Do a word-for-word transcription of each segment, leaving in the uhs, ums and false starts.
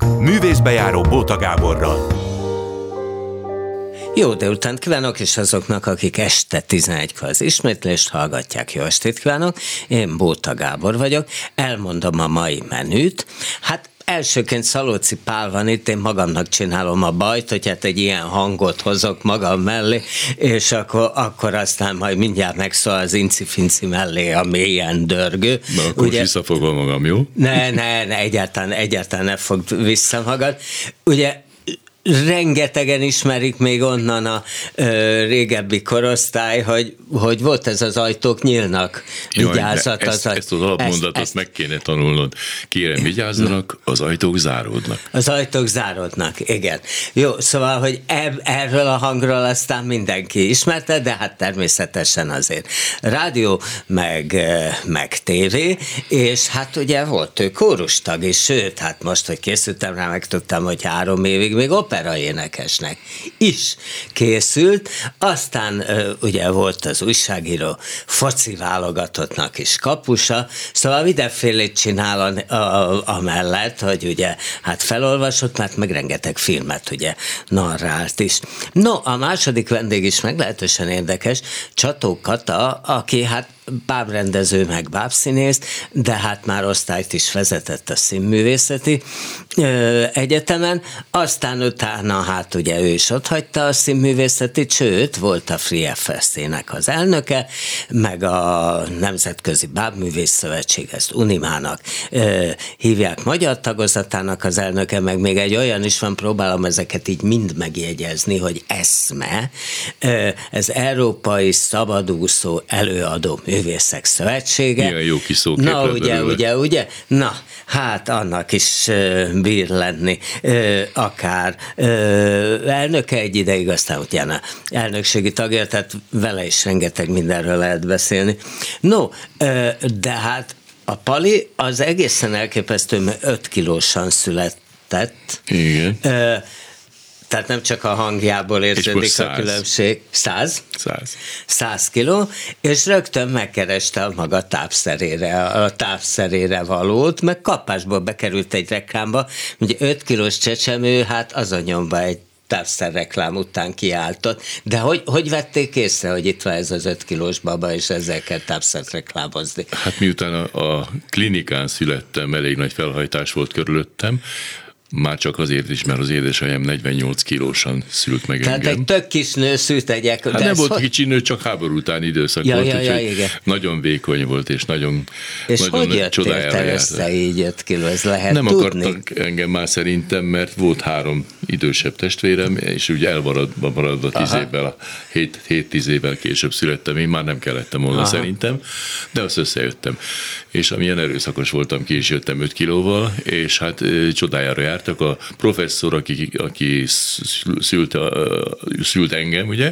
Művészbejáró Bóta Gáborral. Jó délutánt kívánok, és azoknak, akik este tizenegykor az ismétlést hallgatják, jó estét kívánok. Én Bóta Gábor vagyok, elmondom a mai menüt. Hát elsőként Szalóci Pál van itt, én magamnak csinálom a bajt, hogy hát egy ilyen hangot hozok magam mellé, és akkor, akkor aztán majd mindjárt megszól az inci-finci mellé a mélyen dörgő. Na, akkor ugye, visszafogom magam, jó? Ne, ne, ne, egyáltalán, egyáltalán ne fogd vissza magad. Ugye, rengetegen ismerik még onnan a ö, régebbi korosztály, hogy, hogy volt ez az ajtók nyílnak. Vigyázzat Jaj, az ezt, aj... ezt az alapmondatot ezt, meg kéne tanulnod. Kérem, vigyázzanak, az ajtók záródnak. Az ajtók záródnak, igen. Jó, szóval, hogy eb, erről a hangról aztán mindenki ismerte, de hát természetesen azért rádió, meg, meg tévé, és hát ugye volt ő kórustag is, sőt, hát most, hogy készültem rá, megtudtam, hogy három évig még operaénekesnek is készült, aztán ugye volt az újságíró, foci válogatottnak is kapusa, szóval mindenfélét csinál a, a, a mellett, hogy ugye hát felolvasott, mert meg rengeteg filmet ugye narrált is. No, a második vendég is meglehetősen érdekes, Csató Kata, aki hát bábrendező meg bábszínész, de hát már osztályt is vezetett a Színművészeti ö, Egyetemen, aztán utána hát ugye ő is otthagyta a Színművészetit, sőt, volt a Free ef es té-nek az elnöke, meg a Nemzetközi Bábművész Szövetség, ezt Unimának ö, hívják, magyar tagozatának az elnöke, meg még egy olyan is van, próbálom ezeket így mind megjegyezni, hogy eszme, ö, ez Európai Szabadúszó Előadó Művészek Szövetsége. Milyen jó kis szókép. Na, ugye, belőle. ugye, ugye, na, hát annak is uh, bír lenni, uh, akár uh, elnöke egy ideig, aztán utána elnökségi tagja, tehát vele is rengeteg mindenről lehet beszélni. No, uh, de hát a Pali az egészen elképesztő, mert öt kilósan született. Igen. Uh, Tehát nem csak a hangjából érződik a különbség. Száz? Száz. Száz kiló, és rögtön megkereste a maga tápszerére, a tápszerére valót, meg kapásból bekerült egy reklámba, ugye öt kilós csecsemő, hát az a nyomba egy tápszerreklám után kiáltott. De hogy, hogy vették észre, hogy itt van ez az öt kilós baba, és ezzel kell tápszert reklámozni? Hát miután a, a klinikán születtem, elég nagy felhajtás volt körülöttem, már csak azért is, mert az édesanyám negyvennyolc kilósan szült meg Tehát engem. egy tök kis nő szült egy ekkor. Hát nem volt hogy... kicsi nő, csak háború utáni időszak ja, volt, ja, ja, úgyhogy igen. nagyon vékony volt, és nagyon És nagyon hogy jöttél te össze így öt kiló, ez lehet nem tudni? Nem akartak engem már szerintem, mert volt három idősebb testvérem, és ugye elmaradva maradva tíz évvel, a hét-tíz évvel később születtem, én már nem kellettem volna Aha. szerintem, de azt összejöttem. És amilyen erőszakos voltam, ki is jöttem öt kilóval, és hát csodájára jártak. A professzor, aki, aki szült, szült engem, ugye,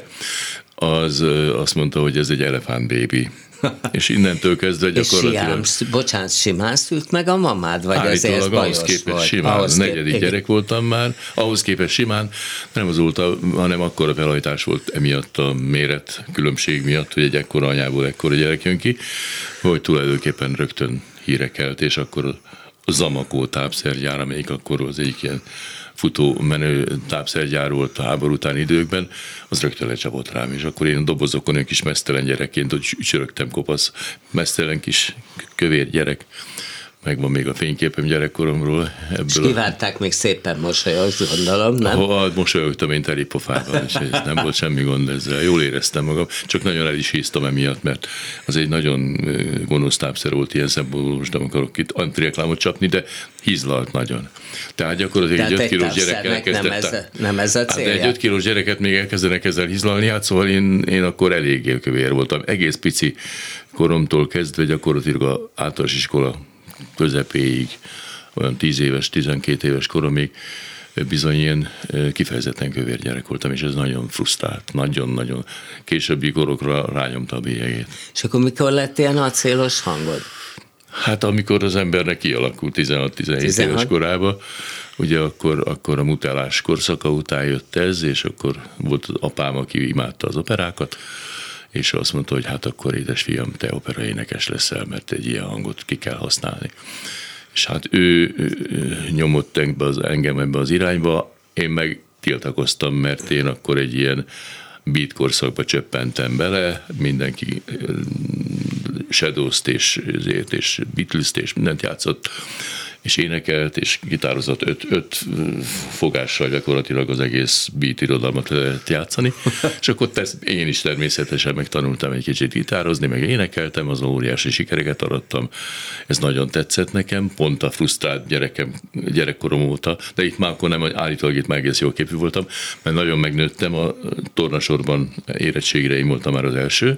az azt mondta, hogy ez egy elefánt bébi. És innentől kezdve gyakorlatilag... És simán, bocsánat, simán szült meg a mamád, vagy azért ez bajos ahhoz képest volt? Simán, ahhoz a negyedik kép... gyerek voltam már, ahhoz képest simán, nem az volt, hanem akkora felhajtás volt emiatt a méret különbség miatt, hogy egy ekkora anyából ekkora gyerek jön ki, hogy tulajdonképpen rögtön híre kelt, és akkor a Zamakó tápszergyár, amelyik akkor az egyik ilyen futó menő tápszergyár volt a háború utáni időkben, az rögtön lecsapott rám, és akkor én a dobozokon egy kis meztelen gyerekként, hogy csörögtem kopasz, meztelen kis kövér gyerek, megvan még a fényképem gyerekkoromról. Ebből és kivárták a... még szépen mosolyogni, gondolom, nem? Ha, mosolyogtam én teli pofában, és nem volt semmi gond ezzel. Jól éreztem magam, csak nagyon el is híztam emiatt, mert az egy nagyon gonosz tápszer volt ilyen szempontból, most nem akarok itt antireklámot csapni, de hízlalt nagyon. Tehát gyakorlatilag egy öt kilós gyerek elkezdett... Nem ez, a, nem ez a célja? Hát de egy öt kilós gyereket még elkezdenek ezzel hízlalni, hát szóval én, én akkor eléggé kövér voltam. Egész pici koromtól kezdve gyakorlatilag az általános iskola közepéig, olyan tíz éves, tizenkét éves koromig bizony ilyen kifejezetten kövér gyerek voltam, és ez nagyon frusztrált, nagyon-nagyon későbbi korokra rányomta a bélyegét. És akkor mikor lett ilyen acélos hangod? Hát amikor az embernek kialakult tizenhat-tizenhét éves korában, ugye akkor, akkor a mutálás korszaka után jött ez, és akkor volt az apám, aki imádta az operákat, és azt mondta, hogy hát akkor édesfiam, te operaénekes leszel, mert egy ilyen hangot ki kell használni. és hát ő, ő nyomott engem ebbe az irányba, én meg tiltakoztam, mert én akkor egy ilyen beat korszakba csöppentem bele, mindenki Shadows-t és, és Beatles-t és mindent játszott, és énekelt, és gitározott öt, öt fogással gyakorlatilag az egész beat irodalmat lehet játszani, és akkor persze én is természetesen megtanultam egy kicsit gitározni, meg énekeltem, az óriási sikereket arattam, ez nagyon tetszett nekem, pont a frusztrált gyerekem, gyerekkorom óta, de itt már akkor nem, állítólag itt már egész jól képű voltam, mert nagyon megnőttem, a tornasorban érettségire én voltam már az első,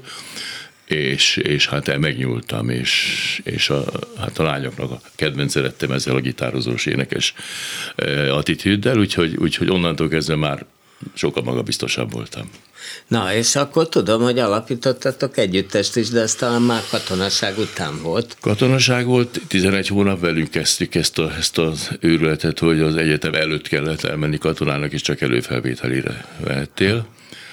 És, és hát megnyúltam, és, és a, hát a lányoknak a kedvence lettem ezzel a gitározós énekes attitűddel, úgyhogy, úgyhogy onnantól kezdve már sokkal magabiztosabb voltam. Na, és akkor tudom, hogy alapítottatok együttest is, de ez talán már katonaság után volt. Katonaság volt, tizenegy hónap velünk kezdtük ezt, a, ezt az őrületet, hogy az egyetem előtt kellett elmenni katonának, és csak előfelvételire vehettél.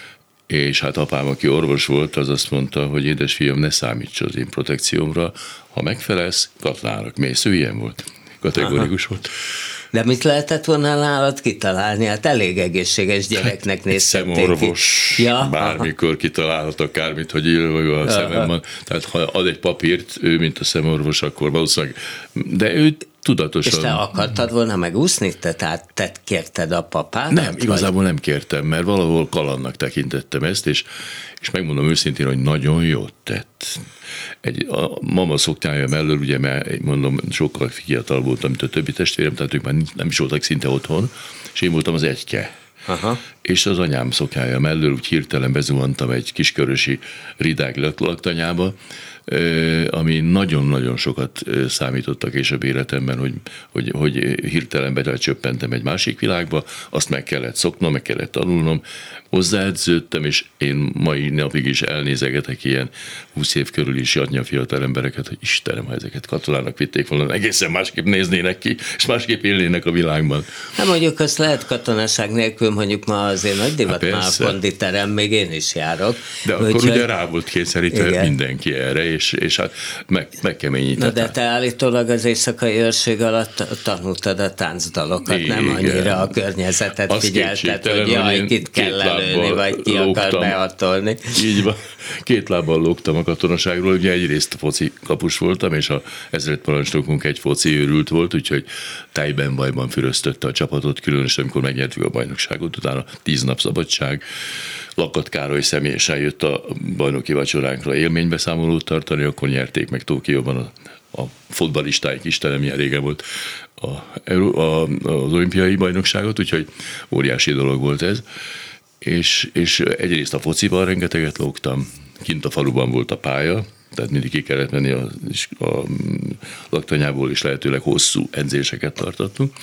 És hát apám, aki orvos volt, az azt mondta, hogy édesfiam, ne számíts az én protekciómra, ha megfelelsz, katonának mész. Ő ilyen volt, kategórikus volt. De mit lehetett volna nálad kitalálni? Hát elég egészséges gyereknek nézhették ki. Szemorvos, ja, bármikor aha. kitalálhat akármit, hogy írva a szemem van. Tehát ha ad egy papírt, ő mint a szemorvos, akkor valószínűleg, de ő tudatosan. És te akartad volna megúszni? Te, tehát te kérted a papát? Nem, igazából vagy? Nem kértem, mert valahol kalandnak tekintettem ezt, és, és megmondom őszintén, hogy nagyon jót tett. Egy, a mama szoknyája mellől, ugye, mert mondom, sokkal fiatal voltam, mint a többi testvérem, tehát ők már nem is voltak szinte otthon, és én voltam az egyke. Aha. És az anyám szoknyája mellől úgy hirtelen bezuhantam egy kiskörösi ridág laktanyába, ami nagyon-nagyon sokat számított a később életemben, hogy, hogy, hogy hirtelen belecsöppentem egy másik világba, azt meg kellett szoknom, meg kellett tanulnom, hozzáedződtem, és én mai napig is elnézegetek ilyen húsz év körül is jatnya fiatal embereket, hogy Istenem, ha ezeket katonának vitték volna, egészen másképp néznének ki, és másképp élnének a világban. Hát mondjuk azt lehet katonaság nélkül, mondjuk ma azért nagy divat már a konditerem, még én is járok. De akkor úgy, ugye rá volt kényszerítve igen. mindenki erre, és, és hát meg, megkeményített. Na de te állítólag az éjszakai őrség alatt tanultad a táncdalokat, igen. nem annyira a környezetet azt figyelted, hogy jaj, kit kell lelőni, vagy ki lógtam, akar behatolni. Így van, két lábbal lógtam a katonaságról, ugye egyrészt foci kapus voltam, és a ezredparancsnokunk egy foci őrült volt, úgyhogy tájban bajban füröztötte a csapatot, különösen amikor megnyertük a bajnokságot, utána tíz nap szabadság. Lakat Károly személyesen jött a bajnoki vacsoránkra élménybeszámolót tartani, akkor nyerték meg Tokióban a, a fotballistáik, Istenem, milyen régen volt a, a, az olimpiai bajnokságot, úgyhogy óriási dolog volt ez. És, és egyrészt a fociban rengeteget lógtam, kint a faluban volt a pálya, tehát mindig ki kellett menni a, a laktanyából, és lehetőleg hosszú edzéseket tartottunk.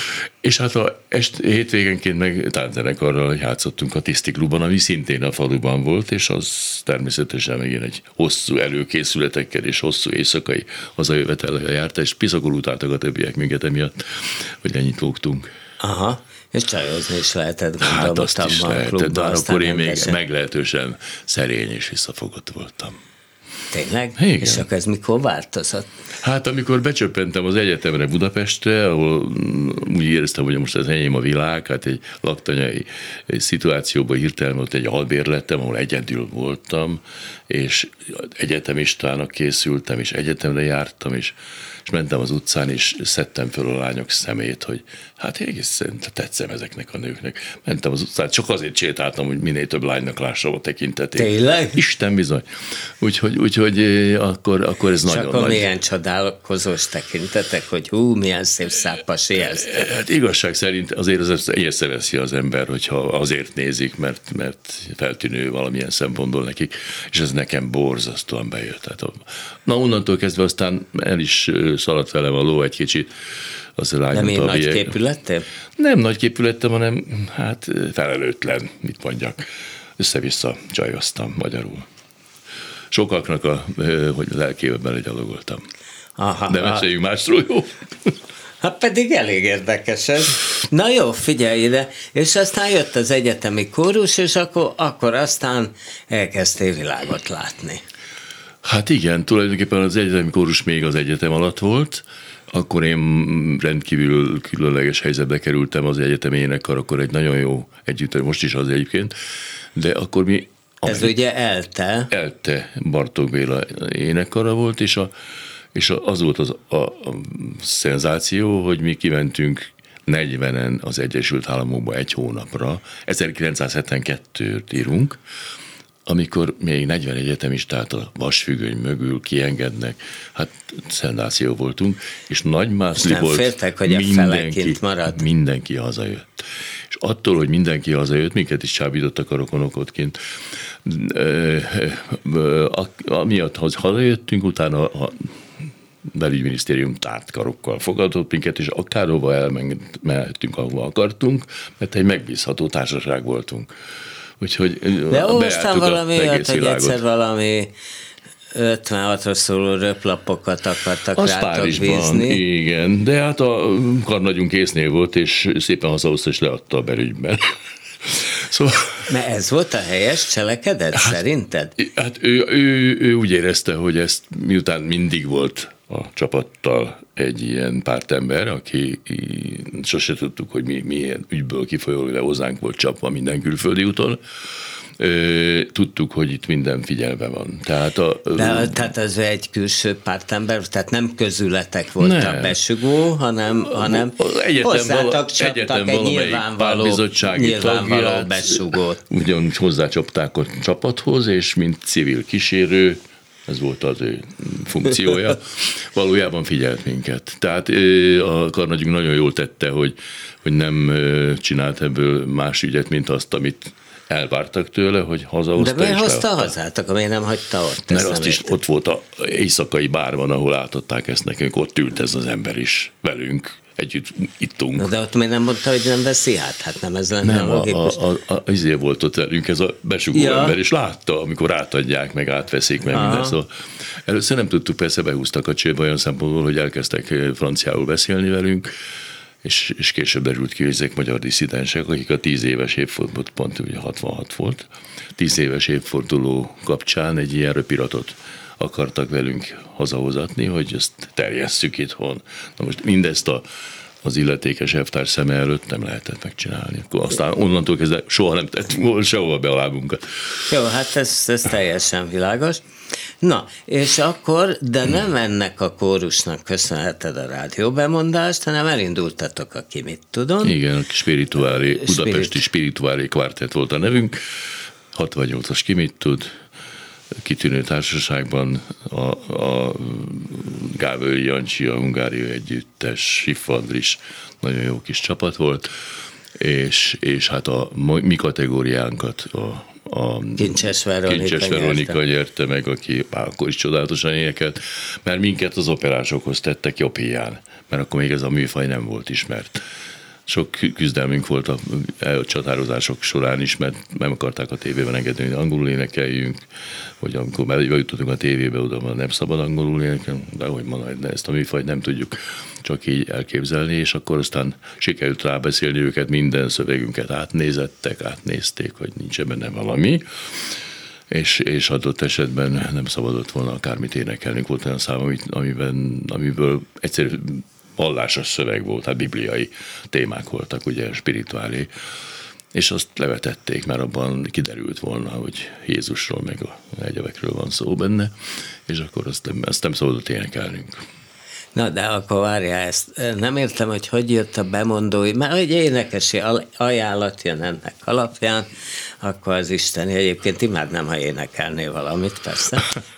És hát a est, hétvégenként meg tánczenekarral játszottunk a Tiszti Klubban, ami szintén a faluban volt, és az természetesen megint egy hosszú előkészületekkel és hosszú éjszakai hazajövetellel járt, és piszagolutáltak a többiek minket emiatt, hogy ennyit lógtunk. Aha. És csajozni is lehetett, gondolom, hát azt is lehetett, de akkor én még rendesen. meglehetősen szerény és visszafogott voltam. Tényleg? Igen. És akkor ez mikor változott? Hát amikor becsöppentem az egyetemre Budapestre, ahol úgy éreztem, hogy most az enyém a világ, hát egy laktanyai egy szituációban hirtelen volt egy albérletem, ahol egyedül voltam, és egyetemistának készültem, és egyetemre jártam, és és mentem az utcán, és szedtem föl a lányok szemét, hogy hát egészen tetszem ezeknek a nőknek. Mentem az utcán, csak azért sétáltam, hogy minél több lánynak lássam a tekintetét. Tényleg? Isten bizony. Úgyhogy, úgyhogy akkor, akkor ez és nagyon akkor nagy. milyen csodálkozós tekintetek, hogy hú, milyen szép szápasi ez. Hát igazság szerint azért az észreveszi az ember, hogyha azért nézik, mert, mert feltűnő valamilyen szempontból nekik, és ez nekem borzasztóan bejött. Tehát, na onnantól kezdve aztán el is szaladt velem a ló egy kicsit. Nem én nagy képű lettél? Nem nagy képű lettem, hanem hát felelőtlen, mit mondjak. Össze-vissza csajoztam magyarul. Sokaknak a, hogy lelkébe belegyalogoltam. Aha, de meséljünk másról, jó? Hát pedig elég érdekes ez. Na jó, figyelj ide. És aztán jött az egyetemi kórus, és akkor, akkor aztán elkezdtél világot látni. Hát igen, tulajdonképpen az egyetemi kórus még az egyetem alatt volt, akkor én rendkívül különleges helyzetbe kerültem az egyetemi énekkar, akkor egy nagyon jó együtt, most is az egyébként, de akkor mi... Ez a, ugye ELTE. ELTE Bartók Béla énekkara volt, és, a, és az volt az, a, a szenzáció, hogy mi kimentünk negyvenen az Egyesült Államokba egy hónapra, ezerkilencszázhetvenkettőt írunk, amikor még negyven egyetemistát a vasfüggöny mögül kiengednek, hát szenzáció voltunk, és nagy mászli volt. Nem féltek, hogy a feleként maradt. Mindenki hazajött. És attól, hogy mindenki hazajött, minket is csábítottak a rokonok ottként. Amiatt hazajöttünk, utána a belügyminisztérium tárt karokkal fogadott minket, és akárhova elmehetünk, ahova akartunk, mert egy megbízható társaság voltunk. Úgyhogy de olvastam valami olyat, hogy egyszer valami ötvenhatról szóló röplapokat akartak az rátok Párizsban, bízni. Igen, de hát a karnagyunk késznél volt, és szépen hazahozta, és leadta a belügyben. Szóval... Mert ez volt a helyes cselekedet, hát, szerinted? Hát ő, ő, ő úgy érezte, hogy ezt miután mindig volt a csapattal egy ilyen pártember, aki sose tudtuk, hogy mi, milyen ügyből kifolyólag le hozzánk volt csapva minden külföldi úton. Tudtuk, hogy itt minden figyelve van. Tehát, a, De, tehát ez egy külső pártember, tehát nem közületek volt nem. a besugó, hanem, hanem hozzátok csaptak egy nyilvánvaló, nyilvánvaló besugót. Ugyan hozzácsapták a csapathoz, és mint civil kísérő, ez volt az ő funkciója, valójában figyelt minket. Tehát a karnagyunk nagyon jól tette, hogy, hogy nem csinált ebből más ügyet, mint azt, amit elvártak tőle, hogy hazahozta. De miért hozta hazátok, miért nem hagyta ott? Mert azt is ott volt az éjszakai bárban, ahol átadták ezt nekünk, ott ült ez az ember is velünk, együtt ittunk. Na de ott miért nem mondta, hogy nem veszi át? Hát nem ez lenne nem, logikus. A, a, a, azért volt ott velünk ez a besugó ja. ember, és látta, amikor átadják, meg átveszik, meg Aha. minden. Szóval először nem tudtuk, persze behúztak a csőbe olyan szempontból, hogy elkezdtek franciául beszélni velünk, és, és később derült ki, hogy ezek magyar disszidensek, akik a tíz éves évforduló, pont ugye hatvanhat volt, tíz éves évforduló kapcsán egy ilyen röpiratot akartak velünk hazahozatni, hogy ezt terjesszük itthon. Na most mindezt a, az illetékes elvtárs szeme előtt nem lehetett megcsinálni. Akkor aztán onnantól kezdve soha nem tettünk volna sehova be a lábunkat. Jó, hát ez, ez teljesen világos. Na, és akkor, de nem ennek a kórusnak köszönheted a rádióbemondást, hanem elindultatok a Ki mit tudom. Igen, a spirituáli, budapesti spirituáli kvártett volt a nevünk, hatvannyolcas Ki mit tud, kitűnő társaságban a, a Gávőri Jancsi, a Hungária Együttes, Schiff Andris, nagyon jó kis csapat volt, és, és hát a mi kategóriánkat a a Kincses Veronika, Kincses Veronika nyerte. nyerte meg, aki már akkor is csodálatosan énekelt, mert minket az operásokhoz tettek jobb hiány, mert akkor még ez a műfaj nem volt ismert. Sok küzdelmünk volt a csatározások során is, mert nem akarták a tévében engedni, hogy angolul énekeljünk, hogy amikor bejutottunk a tévébe, oda nem szabad angolul énekelni, de hogy mondani, de ezt a műfajt nem tudjuk csak így elképzelni, és akkor aztán sikerült rábeszélni őket, minden szövegünket átnézettek, átnézték, hogy nincs benne valami, és, és adott esetben nem szabadott volna akármit énekelnünk. Volt olyan szám, amiben, amiből egyszerű vallásos szöveg volt, hát bibliai témák voltak, ugye spirituális, és azt levetették, mert abban kiderült volna, hogy Jézusról meg a egyebekről van szó benne, és akkor azt nem, azt nem szabadott énekelnünk. Na, de akkor várjál, ezt nem értem, hogy hogy jött a bemondói, mert hogy énekesi ajánlat jön ennek alapján, akkor az Isteni, egyébként imádnám, ha énekelnél valamit, persze.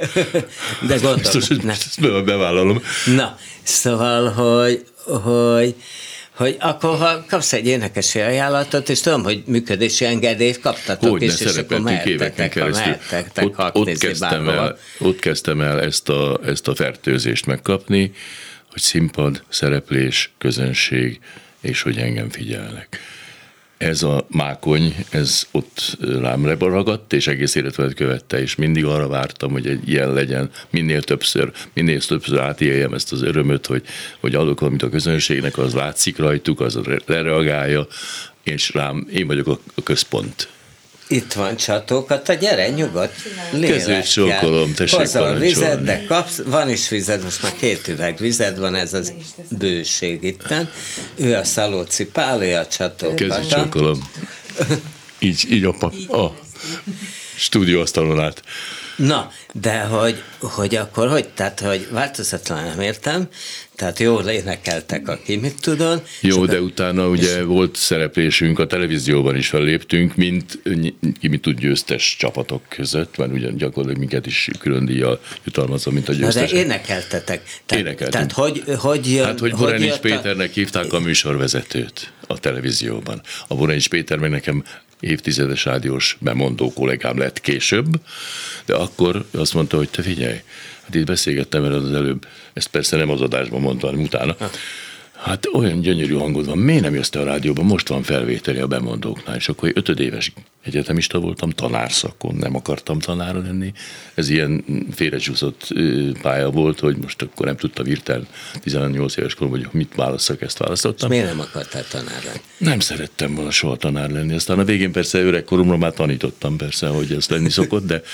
De gondolom. Biztos, hogy ezt bevállalom. Na, szóval, hogy, hogy, hogy akkor, ha kapsz egy énekesi ajánlatot, és tudom, hogy működési engedélyt kaptatok, hogy és, és akkor mehettek, mehettek ott, ott, kezdtem el, ott kezdtem el ezt a, ezt a fertőzést megkapni, hogy színpad, szereplés, közönség, és hogy engem figyelnek. Ez a mákony, ez ott rám lebaragadt, és egész életet követte, és mindig arra vártam, hogy egy ilyen legyen, minél többször, minél többször átéljem ezt az örömöt, hogy, hogy adok valamit a közönségnek, az látszik rajtuk, az lereagálja, és rám, én vagyok a központ. Itt van csatókat, a gyere, nyugodt. Kezét csókolom, tessék parancsolni. Hozol vizet, de kapsz, van is vized, most már két üveg vized van, ez az bőség itten. Ő a Szalóci Pál, ő a csatókat. Kezét csókolom. Így, így a, pap, a stúdióasztalon át. Na, de hogy, hogy akkor, hogy, tehát, hogy változatlan nem értem, tehát jól énekeltek, aki mit tudod. Jó, de utána ugye volt szereplésünk, a televízióban is felléptünk, mint ki mit tud győztes csapatok között, mert ugyan gyakorlatilag minket is külön díjjal jutalmazza, mint a győztes. De énekeltetek. Tehát, Énekeltünk. Tehát hogy, hogy jön, Hát, hogy hogy Borenics jött Péternek hívták a műsorvezetőt a televízióban. A Borenics Péter meg nekem évtizedes rádiós bemondó kollégám lett később, de akkor azt mondta, hogy te figyelj, hát itt beszélgettem erről az előbb, ezt persze nem az adásban mondtam, hanem utána. Hát olyan gyönyörű hangod van, miért nem jössz te a rádióban, most van felvételi a bemondóknál, és akkor ötödéves egyetemista voltam, tanárszakon, nem akartam tanára lenni. Ez ilyen félrecsúszott pálya volt, hogy most akkor nem tudtam hirtelen tizennyolc éves korom, hogy mit válasszak, ezt választottam. És miért nem akartál tanár lenni? Nem szerettem volna soha tanár lenni. Aztán a végén persze öregkoromra már tanítottam persze, hogy ez lenni szokott, de,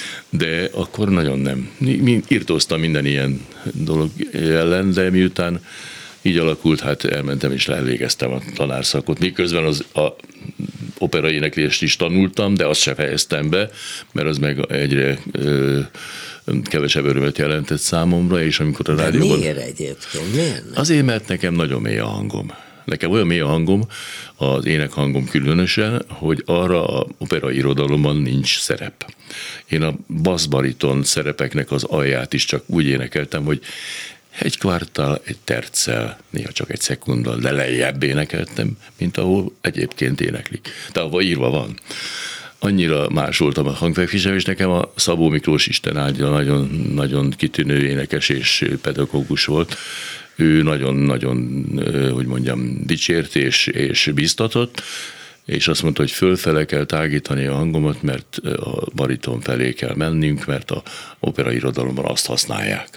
de akkor nagyon nem. Írtóztam minden ilyen dolog ellen, de miután így alakult, hát elmentem és elvégeztem a tanárszakot. Miközben az a operaéneklést is tanultam, de azt se fejeztem be, mert az meg egyre ö, kevesebb örömet jelentett számomra, és amikor a de rádióban... miért egyébként? Miért nem? Azért, mert nekem nagyon mély a hangom. Nekem olyan mély a hangom, az énekhangom különösen, hogy arra a operairodalomban nincs szerep. Én a basszbariton szerepeknek az alját is csak úgy énekeltem, hogy egy kvartál, egy terccel, néha csak egy szekundal, de lejjebb énekeltem, mint ahol egyébként éneklik. De ahol írva van. Annyira másoltam a hangfekvésem, és nekem a Szabó Miklós Isten áldja nagyon, nagyon kitűnő énekes és pedagógus volt. Ő nagyon-nagyon, hogy mondjam, dicsért és, és biztatott, és azt mondta, hogy fölfele kell tágítani a hangomat, mert a bariton felé kell mennünk, mert a operairodalomban azt használják.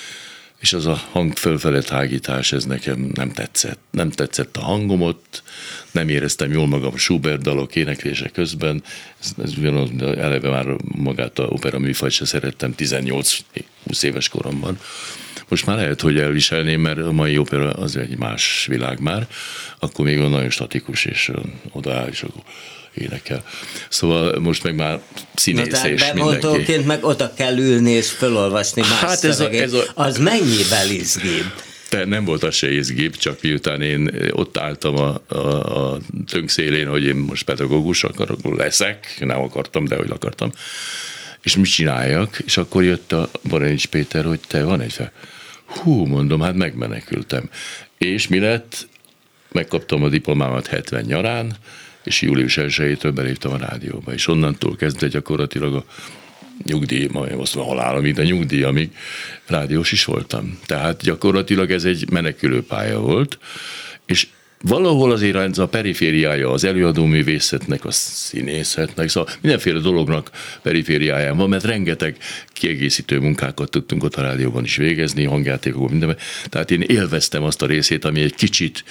És az a hang fölfele tágítás, ez nekem nem tetszett. Nem tetszett a hangom ott, nem éreztem jól magam Schubert dalok éneklése közben, ez, ez ugyanaz, eleve már magát a opera műfajt se szerettem tizennyolc-húsz éves koromban. Most már lehet, hogy elviselném, mert a mai opera az egy más világ már, akkor még nagyon statikus, és odaáll, és akkor énekel. Szóval most meg már színész és mindenki. Bemondóként meg oda kell ülni és felolvasni más hát ez a, ez a, az mennyivel izgibb? Te nem volt az se izgibb, csak miután én ott álltam a, a, a tönkszélén, hogy én most pedagógus akarok, leszek, nem akartam, de hogy akartam, és mit csináljak, és akkor jött a Borenics Péter, hogy te van egy fel. Hú, mondom, hát megmenekültem. És mi lett? Megkaptam a diplomámat hetven nyarán, és július elsejétől beléptem a rádióba, és onnantól kezdve gyakorlatilag a nyugdíj, majd azt mondom, halálom, mint a nyugdíj, amíg rádiós is voltam. Tehát gyakorlatilag ez egy menekülő pálya volt, és valahol azért ez a perifériája az előadó művészetnek, a színészetnek, szóval mindenféle dolognak perifériáján van, mert rengeteg kiegészítő munkákat tudtunk ott a rádióban is végezni, hangjátékokban, mindenben. Tehát én élveztem azt a részét, ami egy kicsit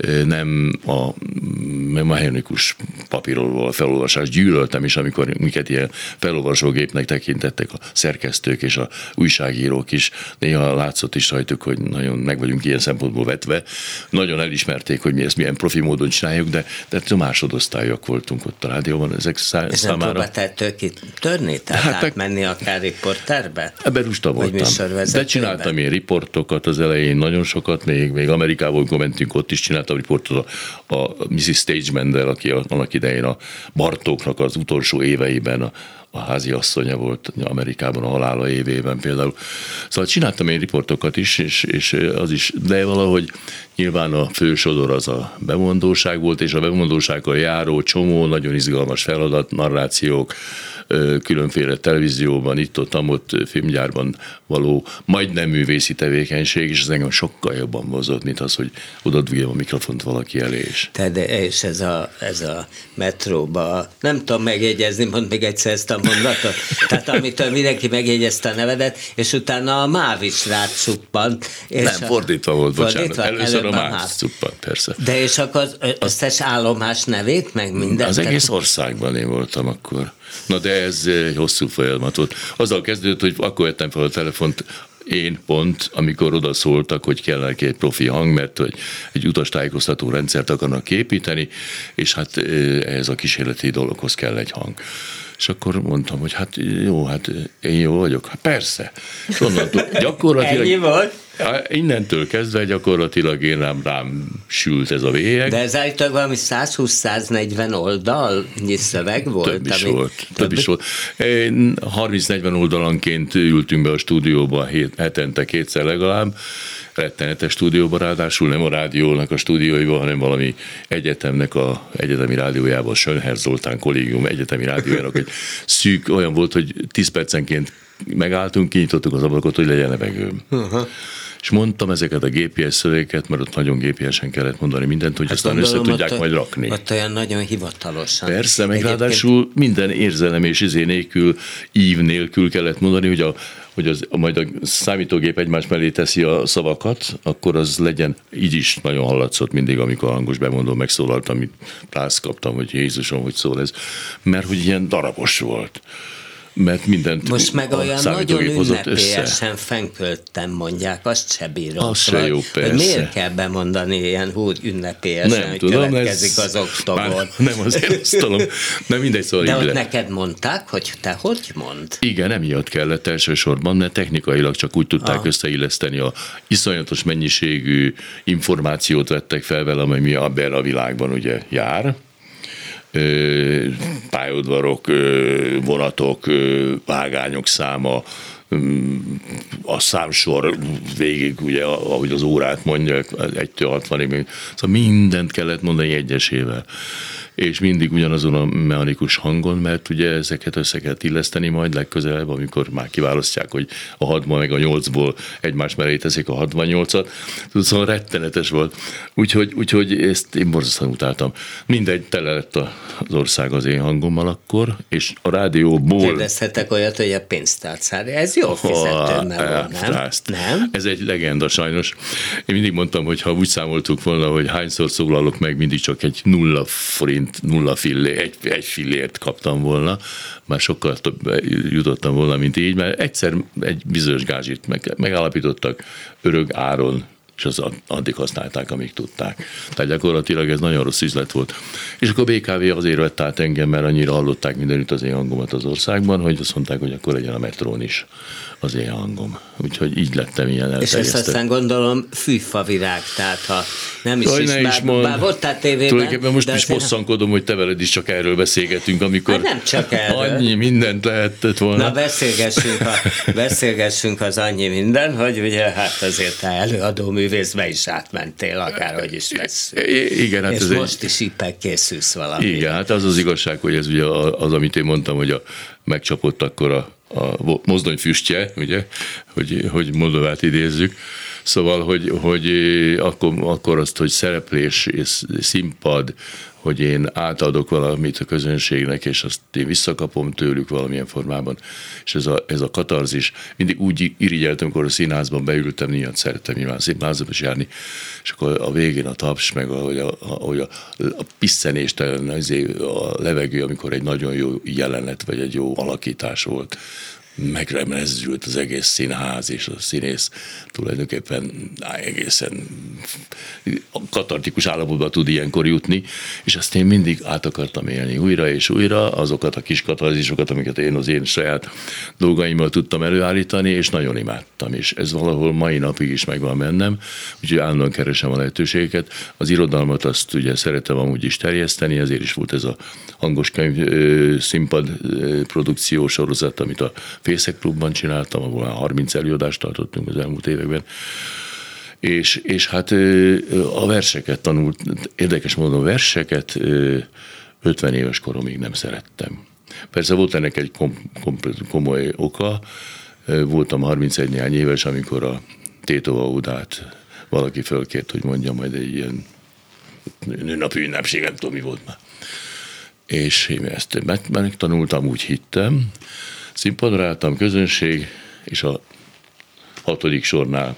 nem a mechanikus papírról a felolvasás, gyűlöltem is, amikor minket ilyen felolvasógépnek tekintettek a szerkesztők és a újságírók is. Néha látszott is rajtuk, hogy nagyon meg vagyunk ilyen szempontból vetve. Nagyon elismerték, hogy mi ezt milyen profi módon csináljuk, de, de másodosztályok voltunk ott a rádióban. Ezek szá- és számára... nem próbáltál tőkét törni? Tehát hát átmenni akár riporterbe? Ebben lusta voltam. De csináltam én riportokat az elején, nagyon sokat, még, még Amerikában, amikor mentünk, ott is csináltam riportot a, a missus Stageman-del, aki annak idején a Bartóknak az utolsó éveiben a a házi asszonya volt Amerikában a halála évében például. Szóval csináltam én riportokat is, és, és az is, de valahogy nyilván a fő sodor az a bemondóság volt, és a bemondósággal járó csomó nagyon izgalmas feladat, narrációk, különféle televízióban, itt-ott, ott filmgyárban való majdnem művészi tevékenység, és ez engem sokkal jobban mozott, mint az, hogy oda dugljam a mikrofont valaki elé is. Te, de és ez a, ez a metróba, nem tudom megjegyezni, mondd még egyszer ezt a a mondatot? Tehát amitől mindenki megjegyezte a nevedet, és utána a máv is rád cuppant. Nem, a... fordítva volt, fordítva? bocsánat. Először Előbb a a máv cuppant, persze. De és akkor az összes állomás nevét, meg mindent? Az egész országban én voltam akkor. Na de ez egy hosszú folyamat volt. Azzal kezdődött, hogy akkor vettem fel a telefont, én pont, amikor oda szóltak, hogy kellene egy profi hang, mert hogy egy utastájékoztató rendszert akarnak építeni, és hát ehhez a kísérleti dologhoz kell egy hang. És akkor mondtam, hogy hát jó, hát én jó vagyok. Hát persze. És onnantól gyakorlatilag... Ennyi volt? Innentől kezdve gyakorlatilag én rám, rám sült ez a bélyeg. De ez állítólag valami száz húsz-száznegyven oldalnyi szöveg volt? Több is ami... volt. Több, több is volt. harminc-negyven oldalanként ültünk be a stúdióba hét, hetente kétszer legalább, rettenetes stúdióban, ráadásul nem a rádiónak a stúdióiban, hanem valami egyetemnek a egyetemi rádiójában, Sönher Zoltán kollégium egyetemi rádiójának egy szűk, olyan volt, hogy tíz percenként megálltunk, kinyitottuk az ablakot, hogy legyen levegőm. Uh-huh. És mondtam ezeket a gé pé es szövegeket, mert ott nagyon gé pé esen kellett mondani mindent, hogy hát aztán össze tudják ott, majd rakni. Ott olyan nagyon hivatalosan. Persze, meg egyébként... ráadásul minden érzelem és izé nélkül, ív nélkül kellett mondani, hogy, a, hogy az, majd a számítógép egymás mellé teszi a szavakat, akkor az legyen, így is nagyon hallatszott mindig, amikor a hangos bemondó megszólalt, amit rász kaptam, hogy Jézusom, hogy szól ez, mert hogy ilyen darabos volt. Mert mindent most meg olyan nagyon ünnepélyesen össze. Fenköltem mondják, azt se bírom. Az se jó, persze. Miért kell bemondani ilyen húd ünnepélyesen, nem hogy tudom, következik ez az oktogon? Nem azért azt tudom, nem mindegy, szóval de ott le. Neked mondták, hogy te hogy mond? Igen, emiatt kellett elsősorban, mert technikailag csak úgy tudták ah. összeilleszteni a iszonyatos mennyiségű információt vettek fel vele, ami abban a világban ugye jár. Pályaudvarok, vonatok, vágányok száma, a számsor végig, ugye, ahogy az órát mondják, egytől hatvanig, szóval mindent kellett mondani egyesével. És mindig ugyanazon a mechanikus hangon, mert ugye ezeket össze kell illeszteni majd legközelebb, amikor már kiválasztják, hogy a hatban meg a nyolcból egymás mellé teszik a hatvannyolcat. Szóval rettenetes volt. Úgyhogy, úgyhogy ezt én borzasztóan utáltam. Mindegy, tele lett az ország az én hangommal akkor, és a rádióból... Kérdezhetek olyat, hogy a pénztárcára. Ez jó fizető, nem? nem? Ez egy legenda sajnos. Én mindig mondtam, hogy ha úgy számoltuk volna, hogy hányszor szólalok meg, mindig csak egy nulla forint nulla fillé, egy, egy fillért kaptam volna, már sokkal több jutottam volna, mint így, mert egyszer egy bizonyos gázsit meg, megállapítottak örök áron, és az addig használták, amíg tudták. Tehát gyakorlatilag ez nagyon rossz üzlet volt. És akkor a bé ká vé azért vett át engem, mert annyira hallották mindenütt az én hangomat az országban, hogy azt mondták, hogy akkor legyen a metrón is az én hangom. Úgyhogy így lettem ilyen elterjesztett. És ezt aztán gondolom fűfavirág, tehát ha nem is Jaj, is, ne bár, is mond. bár voltál tévében. Tulajdonképpen most is bosszankodom, hogy te veled is csak erről beszélgetünk, amikor hát nem csak erről. Annyi mindent lehetett volna. Na beszélgessünk, a, beszélgessünk az annyi minden, hogy ugye hát azért te előadó művészbe is átmentél, akárhogy is lesz. Igen, hát és ez most egy... is éppen készülsz valami. Igen, hát az az igazság, hogy ez ugye az, amit én mondtam, hogy a, megcsapott akkor a a mozdony füstje, ugye, hogy, hogy Moldovát idézzük. Szóval, hogy, hogy akkor, akkor azt, hogy szereplés és színpad, hogy én átadok valamit a közönségnek, és azt én visszakapom tőlük valamilyen formában. És ez a, ez a katarzis, mindig úgy irigyeltem, amikor a színházban beültem, nyilván szerettem nyilván színházba is járni, és akkor a végén a taps, meg ahogy a, ahogy a, a pisszenéstelen a levegő, amikor egy nagyon jó jelenet, vagy egy jó alakítás volt, megremlezzült az egész színház, és a színész tulajdonképpen egészen katartikus állapotba tud ilyenkor jutni, és azt én mindig át akartam élni újra és újra, azokat a kis katarzisokat, amiket én az én saját dolgaimmal tudtam előállítani, és nagyon imádtam, és ez valahol mai napig is megvan bennem, úgyhogy állandóan keresem a lehetőségeket. Az irodalmat azt ugye szeretem amúgy is terjeszteni, ezért is volt ez a hangos könyv színpad produkció sorozat, amit a Fészek Klubban csináltam, ahol harminc előadást tartottunk az elmúlt években, és, és hát a verseket tanult, érdekes módon verseket ötven éves koromig nem szerettem. Persze volt ennek egy kom, kom, komoly oka, voltam harmincegy néhány éves, amikor a Tétova Udát valaki fölkért, hogy mondja majd egy ilyen nőnapi ünnepség, nem tudom mi volt már. és én ezt megtanultam, úgy hittem, színpadra álltam, közönség, és a hatodik sornál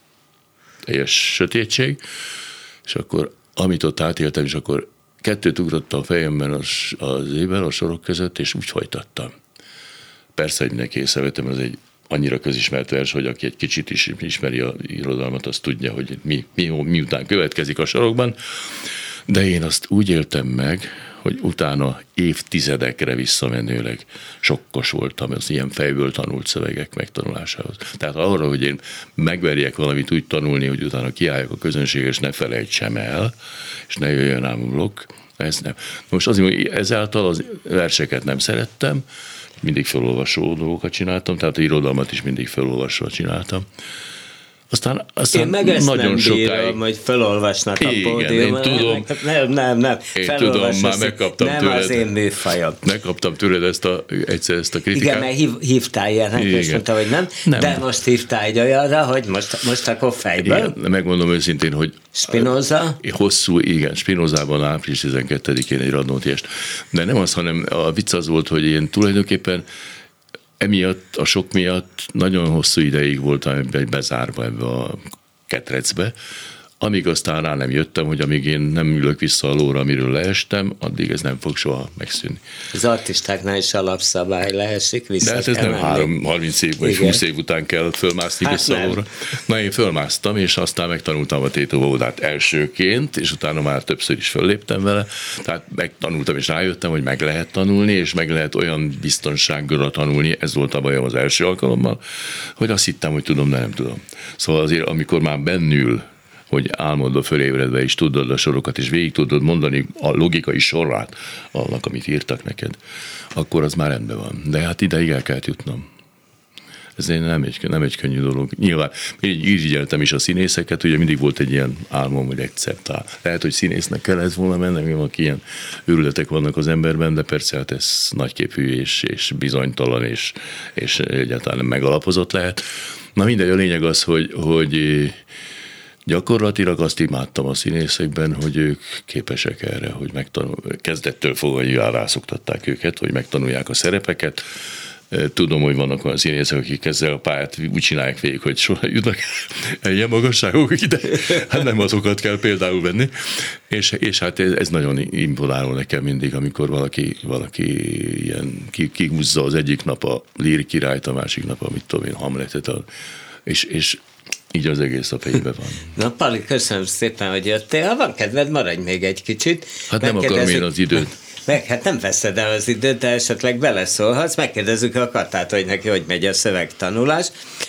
teljes sötétség, és akkor amit ott átéltem, és akkor kettőt ugrott a fejemben az, az évvel, a sorok között, és úgy folytattam. Persze, hogy mindenki észrevettem, ez egy annyira közismert vers, hogy aki egy kicsit is ismeri az irodalmat, az tudja, hogy mi, mi, miután következik a sorokban, de én azt úgy éltem meg, hogy utána évtizedekre visszamenőleg sokkos voltam az ilyen fejből tanult szövegek megtanulásához. Tehát arra, hogy én megverjek valamit úgy tanulni, hogy utána kiálljak a közönség, és ne felejtsem el, és ne jöjjön ám blokk, ez nem. Most azért, hogy ezáltal az verseket nem szerettem, mindig felolvasó dolgokat csináltam, tehát az irodalmat is mindig felolvasva csináltam. Aztán, aztán én meg ezt nagyon nem sokáig... bírom, hogy felolvasnak a pódiumon. Én tudom. Nem, nem, nem. Én tudom, már megkaptam nem tőled. Nem az én műfajom. Megkaptam tőled ezt a, egyszer ezt a kritikát. Igen, mert hív, hívtál ilyenek, és mondta, hogy nem, nem. De most hívtál egy olyanra, hogy most, most akkor fejből. Igen, megmondom őszintén, hogy Spinoza? Hosszú, igen, Spinozában április tizenkettedikén egy Radnóti est. De nem az, hanem a vicc az volt, hogy én tulajdonképpen emiatt, a sok miatt nagyon hosszú ideig voltam bezárva ebbe a ketrecbe, amíg aztán rá nem jöttem, hogy amíg én nem ülök vissza a lóra, amiről leestem, addig ez nem fog soha megszűnni. Az artistáknál is alapszabály leesik vissza. De hát ez nem három, harminc év vagy húsz év után kell fölmászni hát vissza a lóra. Na, én fölmásztam, és aztán megtanultam a tétovódát elsőként, és utána már többször is fölléptem vele. Tehát megtanultam, és rájöttem, hogy meg lehet tanulni, és meg lehet olyan biztonsággal tanulni, ez volt a bajom az első alkalommal, hogy azt hittem, hogy tudom, de nem tudom. Szóval azért, amikor már bennül, hogy álmodva fölébredve is tudod a sorokat, és végig tudod mondani a logikai sorát annak, amit írtak neked, akkor az már rendben van. De hát ideig el kellett jutnom. Ez nem egy, nem egy könnyű dolog. Nyilván így irigyeltem is a színészeket, ugye mindig volt egy ilyen álmom, hogy egyszer talán. Lehet, hogy színésznek kellett volna mennem, aki ilyen őrületek vannak az emberben, de persze hát ez nagyképű és, és bizonytalan, és, és egyáltalán nem megalapozott lehet. Na mindegy, a lényeg az, hogy, hogy gyakorlatilag azt imádtam a színészekben, hogy ők képesek erre, hogy megtanul, kezdettől fogva rászoktatták őket, hogy megtanulják a szerepeket. Tudom, hogy vannak olyan színészek, akik ezzel a pályát úgy csinálják végig, hogy soha jutnak ilyen magasságok ide. Hát nem azokat kell például venni. És, és hát ez, ez nagyon imponáló nekem mindig, amikor valaki, valaki ilyen kihúzza az egyik nap a Lír királyt, a másik nap a, mit tudom én, Hamletet, a, és, és így az egész a fejében van. Na, Pali, köszönöm szépen, hogy jöttél. Ha van kedved, maradj még egy kicsit. Hát nem akarom én az időt. Meg, hát nem veszed el az időt, de esetleg beleszólhatsz. Megkérdezzük a Katát, hogy neki hogy megy a szövegtanulás.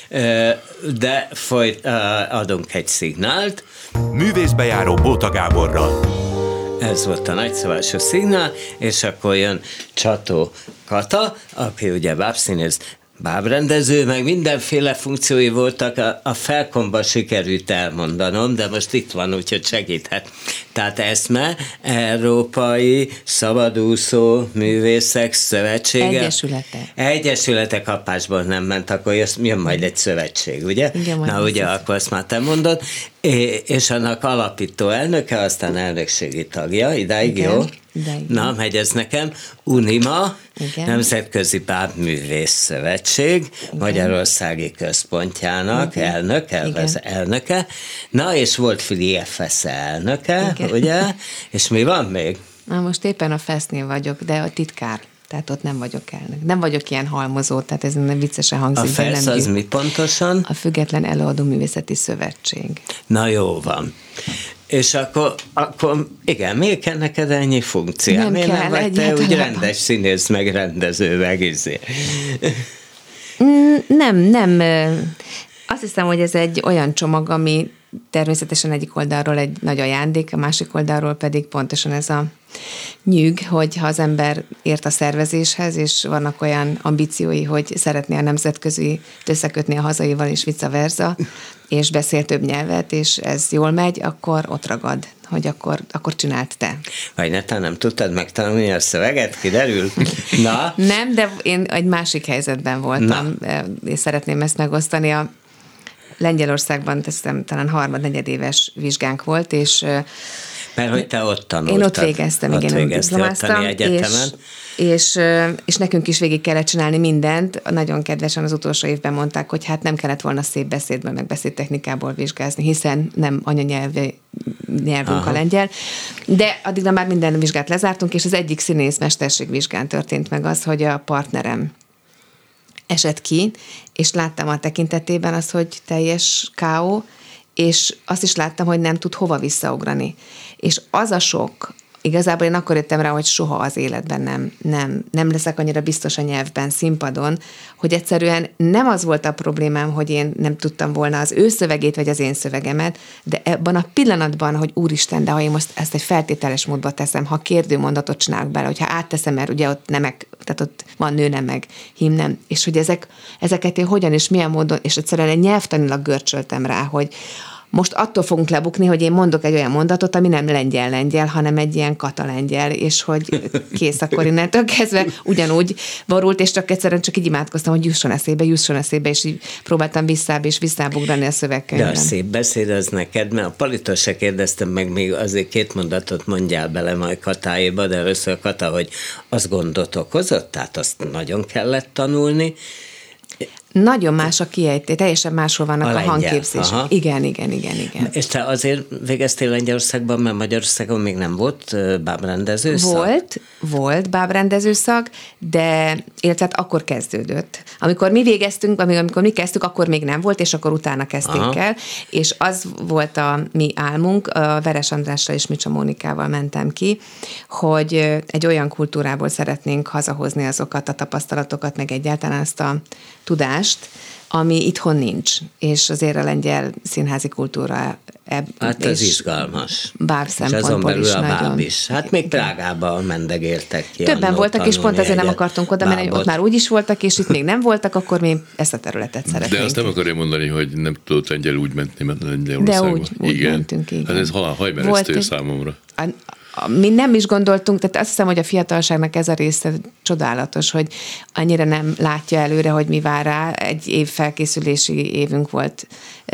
De folyt, adunk egy szignált. Művészbejáró Bóta Gáborral. Ez volt a nagyszabású szignál, és akkor jön Csató Kata, aki ugye bábszínész, bábrendező, meg mindenféle funkciói voltak, a, a Felkomba sikerült elmondanom, de most itt van, úgyhogy segíthet. Tehát eszme, Európai Szabadúszó Művészek Szövetsége. Egyesülete. Egyesülete kapásból nem ment, akkor jön majd egy szövetség, ugye? Igen, Na ugye, az akkor azt már te mondod. É, és annak alapító elnöke, aztán elnökségi tagja, idáig igen, jó? Idáig. Na, megy ez nekem. UNIMA, igen. Nemzetközi Bábművész Szövetség, igen. Magyarországi Központjának igen. elnök, elvez, elnöke. Na, és volt Fili ef es elnöke, igen. ugye? És mi van még? Na, most éppen a fesznél vagyok, de a titkár. Tehát ott nem vagyok elnök. Nem vagyok ilyen halmozó, tehát ez nem viccesen hangzik. A FESZ az mi pontosan? A Független Előadó Művészeti Szövetség. Na jó van. És akkor, akkor igen, miért kell neked ennyi funkció? Nem miért kell, nem vagy te úgy rendes színész, meg rendező, meg izé? Nem, nem. Azt hiszem, hogy ez egy olyan csomag, ami természetesen egyik oldalról egy nagy ajándék, a másik oldalról pedig pontosan ez a nyűg, hogy ha az ember ért a szervezéshez, és vannak olyan ambíciói, hogy szeretné a nemzetközi összekötni a hazaival, és vice versa, és beszél több nyelvet, és ez jól megy, akkor ott ragad, hogy akkor, akkor csináld te. Vagy netán nem tudtad megtanulni a szöveget? Kiderül? Na? Nem, de én egy másik helyzetben voltam, Na. és szeretném ezt megosztani. A Lengyelországban teszem, talán harmad-negyedéves vizsgánk volt, és Mert hogy te ott tanultad. Én ott végeztem, ott igen, végeztem, ott diplomáztam, egyetemen. És, és, és nekünk is végig kellett csinálni mindent. Nagyon kedvesen az utolsó évben mondták, hogy hát nem kellett volna szép beszédből, meg beszédtechnikából vizsgázni, hiszen nem anyanyelvi nyelvünk Aha. a lengyel. De addigra már minden vizsgát lezártunk, és az egyik színész mesterségvizsgán történt meg az, hogy a partnerem esett ki, és láttam a tekintetében az, hogy teljes ká ó, és azt is láttam, hogy nem tud hova visszaugrani. És az a sok, igazából én akkor jöttem rá, hogy soha az életben nem, nem, nem leszek annyira biztos a nyelvben, színpadon, hogy egyszerűen nem az volt a problémám, hogy én nem tudtam volna az ő szövegét, vagy az én szövegemet, de ebben a pillanatban, hogy úristen, de ha én most ezt egy feltételes módba teszem, ha kérdőmondatot csinálok bele, hogyha átteszem, mert ugye ott nemek, tehát ott van nő nem meg hím nem, és hogy ezek, ezeket én hogyan és milyen módon, és egyszerűen egy nyelvtanilag görcsöltem rá, hogy most attól fogunk lebukni, hogy én mondok egy olyan mondatot, ami nem lengyel-lengyel, hanem egy ilyen katalengyel, és hogy kész, akkor innentől kezdve ugyanúgy borult, és csak egyszerűen csak így imádkoztam, hogy jusson eszébe, jusson eszébe, és így próbáltam visszább és visszábugrani a szövegkönyvben. De a szép beszéd az neked, mert a Palitól se kérdeztem meg, még azért két mondatot mondjál bele majd Katáéba, de először Kata, hogy az gondot okozott, tehát azt nagyon kellett tanulni. Nagyon más a kiejtés, teljesen máshol vannak a, a hangképzések. Igen, igen, igen, igen. És te azért végeztél Lengyelországban, mert Magyarországon még nem volt bábrendezőszak? Volt, volt bábrendezőszak, de illetve hát akkor kezdődött. Amikor mi végeztünk, amikor mi kezdtük, akkor még nem volt, és akkor utána kezdték Aha. el, és az volt a mi álmunk, a Veres Andrással és Micsa Mónikával mentem ki, hogy egy olyan kultúrából szeretnénk hazahozni azokat a tapasztalatokat, meg egyáltalán azt a tudást, ami itthon nincs, és azért a lengyel színházi kultúra ebb, hát ez izgalmas. Báb szempontból is a nagyon. Is. Hát még Prágában mendegéltek ki. Többen voltak, és pont ezért nem akartunk oda menni, ott már úgy is voltak, és itt még nem voltak, akkor mi ezt a területet szeretnénk. De azt nem akarja mondani, hogy nem tudott lengyel úgy menni Lengyelországba. De úgy, úgy igen. mentünk, igen. Hát ez hajmeresztő számomra. A, mi nem is gondoltunk, tehát azt hiszem, hogy a fiatalságnak ez a része csodálatos, hogy annyira nem látja előre, hogy mi vár rá. Egy év felkészülési évünk volt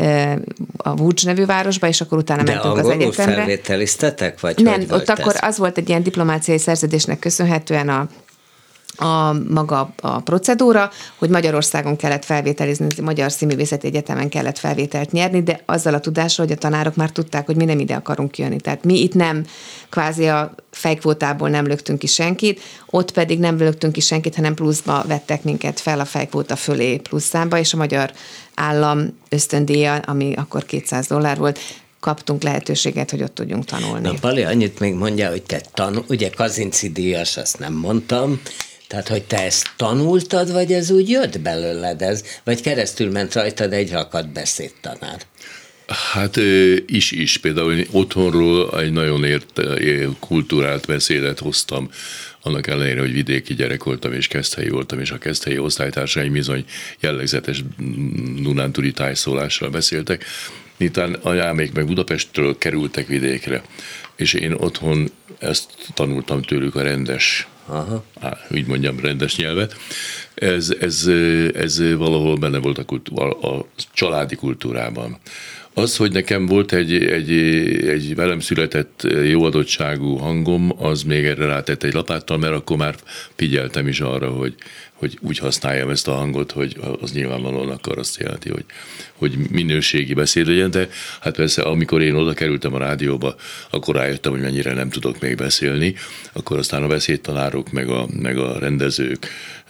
a Vucs nevű városba, és akkor utána De mentünk az egyetemre. De angolul felvételiztetek? Vagy nem, ott akkor ez? Az volt egy ilyen diplomáciai szerződésnek köszönhetően a a maga a procedúra, hogy Magyarországon kellett felvételizni, Magyar Színművészeti Egyetemen kellett felvételt nyerni, de azzal a tudással, hogy a tanárok már tudták, hogy mi nem ide akarunk jönni. Tehát mi itt nem, kvázi a fejkvótából nem löktünk ki senkit, ott pedig nem löktünk ki senkit, hanem pluszba vettek minket fel a fejkvóta fölé plusz számba, és a magyar állam ösztöndíja, ami akkor kétszáz dollár volt, kaptunk lehetőséget, hogy ott tudjunk tanulni. Na, Pali, annyit még mondja, hogy te tanul, ugye Kazinczy díjas, azt nem mondtam, tehát, hogy te ezt tanultad, vagy ez úgy jött belőled, ez, vagy keresztül ment rajtad egy rakat beszédtanár? Hát is-is. Például otthonról egy nagyon ért, kultúrált beszédet hoztam, annak ellenére, hogy vidéki gyerek voltam, és keszthelyi voltam, és a keszthelyi osztálytársaim bizony jellegzetes dunántúli tájszólással beszéltek. Miután anyámék meg Budapestről kerültek vidékre, és én otthon ezt tanultam tőlük, a rendes, Aha. Á, úgy mondjam, rendes nyelvet. Ez, ez, ez valahol benne volt a, kultúra, a családi kultúrában. Az, hogy nekem volt egy, egy, egy velem született jó adottságú hangom, az még erre rátett egy lapáttal, mert akkor már figyeltem is arra, hogy, hogy úgy használjam ezt a hangot, hogy az nyilvánvalóan akkor azt jelenti, hogy, hogy minőségi beszéd legyen, de hát persze, amikor én oda kerültem a rádióba, akkor rájöttem, hogy mennyire nem tudok még beszélni, akkor aztán a beszédtanárok, meg a, meg a rendezők,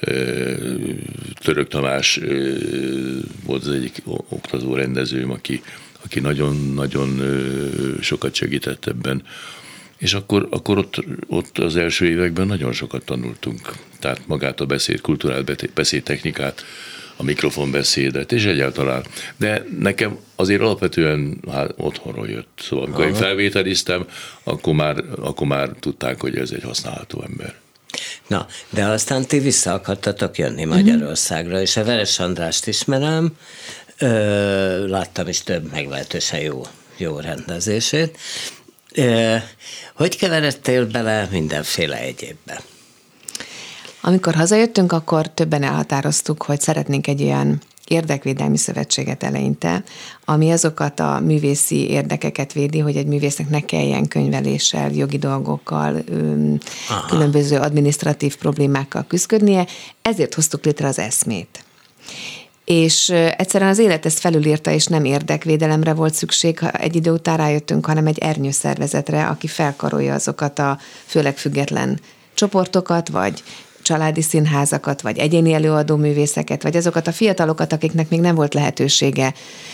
Török Tamás volt az egyik oktató rendezőm, aki aki nagyon-nagyon sokat segített ebben. És akkor, akkor ott, ott az első években nagyon sokat tanultunk. Tehát magát a beszéd, kulturált beszédtechnikát, a mikrofonbeszédet, és egyáltalán. De nekem azért alapvetően hát, otthonról jött. Szóval amikor Aha. én felvételiztem, akkor már, akkor már tudták, hogy ez egy használható ember. Na, de aztán ti vissza akartatok jönni Magyarországra, mm-hmm. és a Veres Andrást ismerem, Ö, láttam is több meglehetősen jó, jó rendezését. Ö, hogy keveredtél bele mindenféle egyébbe? Amikor hazajöttünk, akkor többen elhatároztuk, hogy szeretnénk egy olyan érdekvédelmi szövetséget eleinte, ami azokat a művészi érdekeket védi, hogy egy művésznek ne kelljen könyveléssel, jogi dolgokkal, Aha. különböző adminisztratív problémákkal küzdködnie, ezért hoztuk létre az eszmét. És egyszerűen az élet ezt felülírta, és nem érdekvédelemre volt szükség, ha egy idő után rájöttünk, hanem egy ernyőszervezetre, aki felkarolja azokat a főleg független csoportokat, vagy családi színházakat, vagy egyéni előadó művészeket, vagy azokat a fiatalokat, akiknek még nem volt lehetősége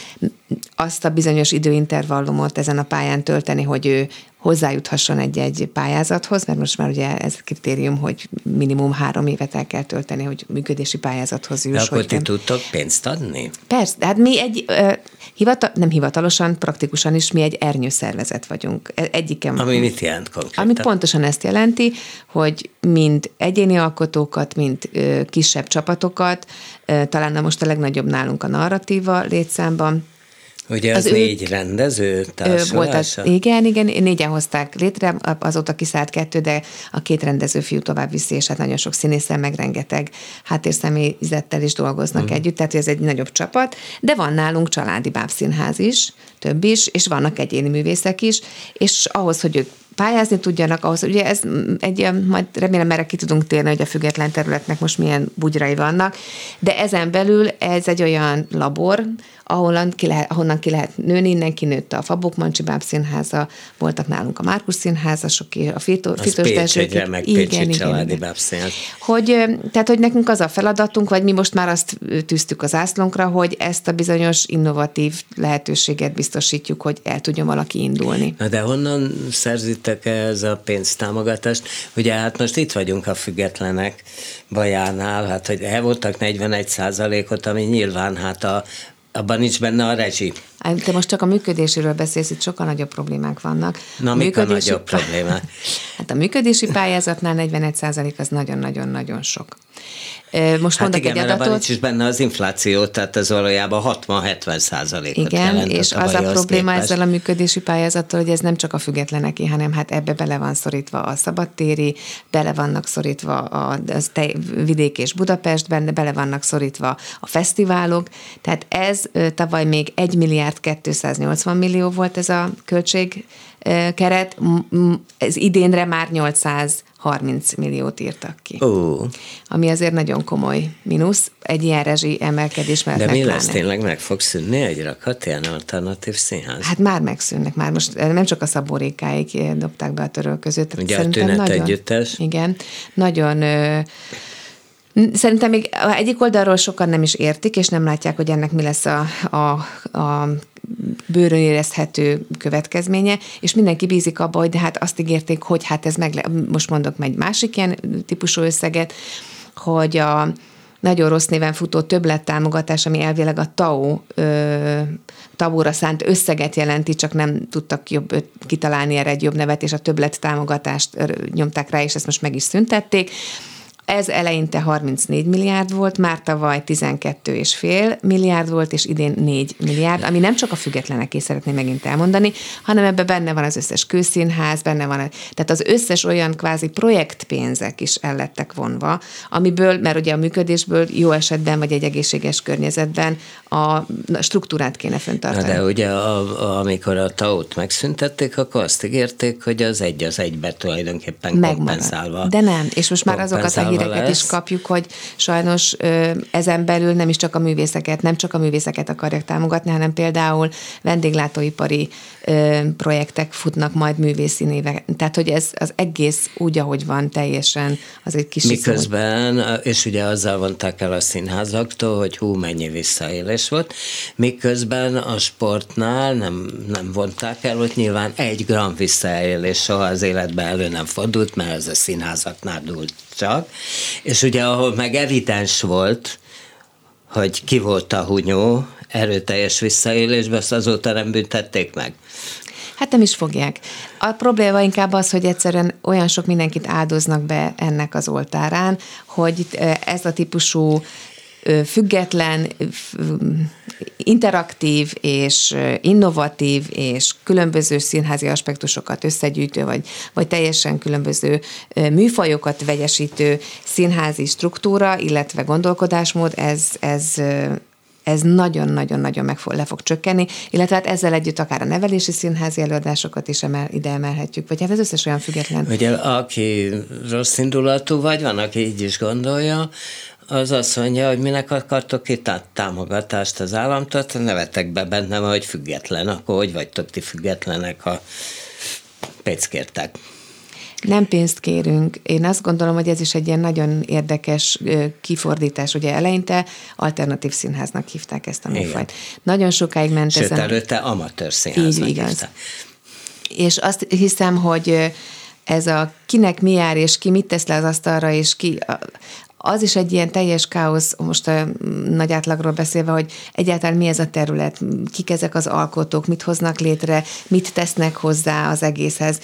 azt a bizonyos időintervallumot ezen a pályán tölteni, hogy ő hozzájuthasson egy-egy pályázathoz, mert most már ugye ez kritérium, hogy minimum három évet el kell tölteni, hogy működési pályázathoz juss. De akkor ti tudtok pénzt adni? Persze, hát mi egy, uh, hivatal, nem hivatalosan, praktikusan is mi egy ernyőszervezet vagyunk. Egyiken, ami mit jelent konkrétan? Ami pontosan ezt jelenti, hogy mind egyéni alkotókat, mind uh, kisebb csapatokat, uh, talán na most a legnagyobb nálunk a narratíva létszámban. Ugye az, az négy ő, rendező társulása? Volt, igen, igen, négyen hozták létre, azóta kiszállt kettő, de a két rendező fiú tovább viszi, és hát nagyon sok színészen, meg rengeteg háttérszemélyzettel is dolgoznak uh-huh. együtt, tehát ez egy nagyobb csapat, de van nálunk családi bábszínház is, több is, és vannak egyéni művészek is, és ahhoz, hogy ők pályázni tudjanak, ahhoz, ugye ez egy, majd remélem erre ki tudunk térni, hogy a független területnek most milyen bugyrai vannak, de ezen belül ez egy olyan labor, ahonnan ki lehet, ahonnan ki lehet nőni, innen kinőtt a Fabók Mancsi bábszínháza, voltak nálunk a Márkus színházasok, a Fitós Pécs egy remek pécsi családi bábszínház. Hogy, tehát, hogy nekünk az a feladatunk, vagy mi most már azt tűztük az ászlónkra, hogy ezt a bizonyos innovatív lehetőséget biztosítjuk, hogy el tudjon valaki indulni. Na de honnan szerzitek ez a pénztámogatást? Ugye hát most itt vagyunk a függetlenek bajánál, hát hogy elvoltak negyvenegy százalékot, ami nyilván hát a abban nincs benne a rezsi. Te most csak a működéséről beszélsz, itt sokkal nagyobb problémák vannak. Na, mik a nagyobb problémák? Hát a működési pályázatnál negyvenegy százalék az nagyon-nagyon-nagyon sok. Most hát igen, egy adatot. Abban nincs is benne az infláció, tehát ez valójában hatvan-hetven százalékot igen, jelent. És az a probléma képest. Ezzel a működési pályázattal, hogy ez nem csak a függetleneké, hanem hát ebbe bele van szorítva a szabadtéri, bele vannak szorítva a te, Vidék és Budapestben, de bele vannak szorítva a fesztiválok. Tehát ez tavaly még egy milliárd kétszáznyolcvan millió volt ez a költségkeret, ez idénre már nyolcszázharminc milliót írtak ki. Uh. Ami azért nagyon komoly mínusz, egy ilyen rezsi emelkedés mellett. De mi lesz, tényleg meg fog szűnni egy rakat ilyen alternatív színház? Hát már megszűnnek, már most nem csak a Szabó Rékáig dobták be a törölközőt. Ugye a Tünet nagyon, együttes. Igen, nagyon... Szerintem még egyik oldalról sokan nem is értik, és nem látják, hogy ennek mi lesz a, a, a bőrön érezhető következménye, és mindenki bízik abba, hogy de hát azt ígérték, hogy hát ez meg, most mondok egy másik ilyen típusú összeget, hogy a nagyon rossz néven futó többlettámogatás, ami elvileg a té á o ö, té á o-ra szánt összeget jelenti, csak nem tudtak jobb, kitalálni erre egy jobb nevet, és a többlettámogatást nyomták rá, és ezt most meg is szüntették. Ez eleinte harmincnégy milliárd volt, már tavaly tizenkettő egész öt milliárd volt, és idén négy milliárd, ami nem csak a függetleneké szeretném megint elmondani, hanem ebben benne van az összes kőszínház, benne van, tehát az összes olyan kvázi projektpénzek is el lettek vonva, amiből, mert ugye a működésből jó esetben, vagy egy egészséges környezetben a struktúrát kéne fenntartani. Na de ugye a, a, amikor a té á o-t megszüntették, akkor azt ígérték, hogy az egy az egybe tulajdonképpen megmarad. Kompenzálva. De nem, és most már azokat a híreket lesz. is kapjuk, hogy sajnos ezen belül nem is csak a művészeket, nem csak a művészeket akarják támogatni, hanem például vendéglátóipari projektek futnak majd művészi névek. Tehát, hogy ez az egész úgy, ahogy van, teljesen az egy kis miközben, szó. És ugye azzal vonták el a színházaktól, hogy hú, mennyi visszaélés volt, miközben a sportnál nem, nem vonták el, hogy nyilván egy gram visszaélés soha az életben elő nem fordult, mert ez a színházaknál dúlt csak, és ugye ahol meg evidens volt, hogy ki volt a hunyó erőteljes visszaélésben, azt azóta nem büntették meg. Hát nem is fogják. A probléma inkább az, hogy egyszerűen olyan sok mindenkit áldoznak be ennek az oltárán, hogy ez a típusú független, interaktív és innovatív és különböző színházi aspektusokat összegyűjtő, vagy, vagy teljesen különböző műfajokat vegyesítő színházi struktúra, illetve gondolkodásmód, ez, ez ez nagyon-nagyon-nagyon meg fog, le fog csökkenni, illetve hát ezzel együtt akár a nevelési színházi előadásokat is emel, ide emelhetjük, vagy hát az összes olyan független. Ugye, aki rossz indulatú vagy, van, aki így is gondolja, az azt mondja, hogy minek akartok itt támogatást az államtól, nevetek be bennem, hogy független, akkor hogy vagytok ti függetlenek, ha pénzt kértek? Nem pénzt kérünk. Én azt gondolom, hogy ez is egy ilyen nagyon érdekes kifordítás. Ugye eleinte alternatív színháznak hívták ezt a műfajt. Nagyon sokáig ment Sőt, ezen. előtte amatőr színháznak így, igaz. hívták. És azt hiszem, hogy ez a kinek mi jár, és ki mit tesz le az asztalra, és ki... Az is egy ilyen teljes káosz, most a nagy átlagról beszélve, hogy egyáltalán mi ez a terület, kik ezek az alkotók, mit hoznak létre, mit tesznek hozzá az egészhez.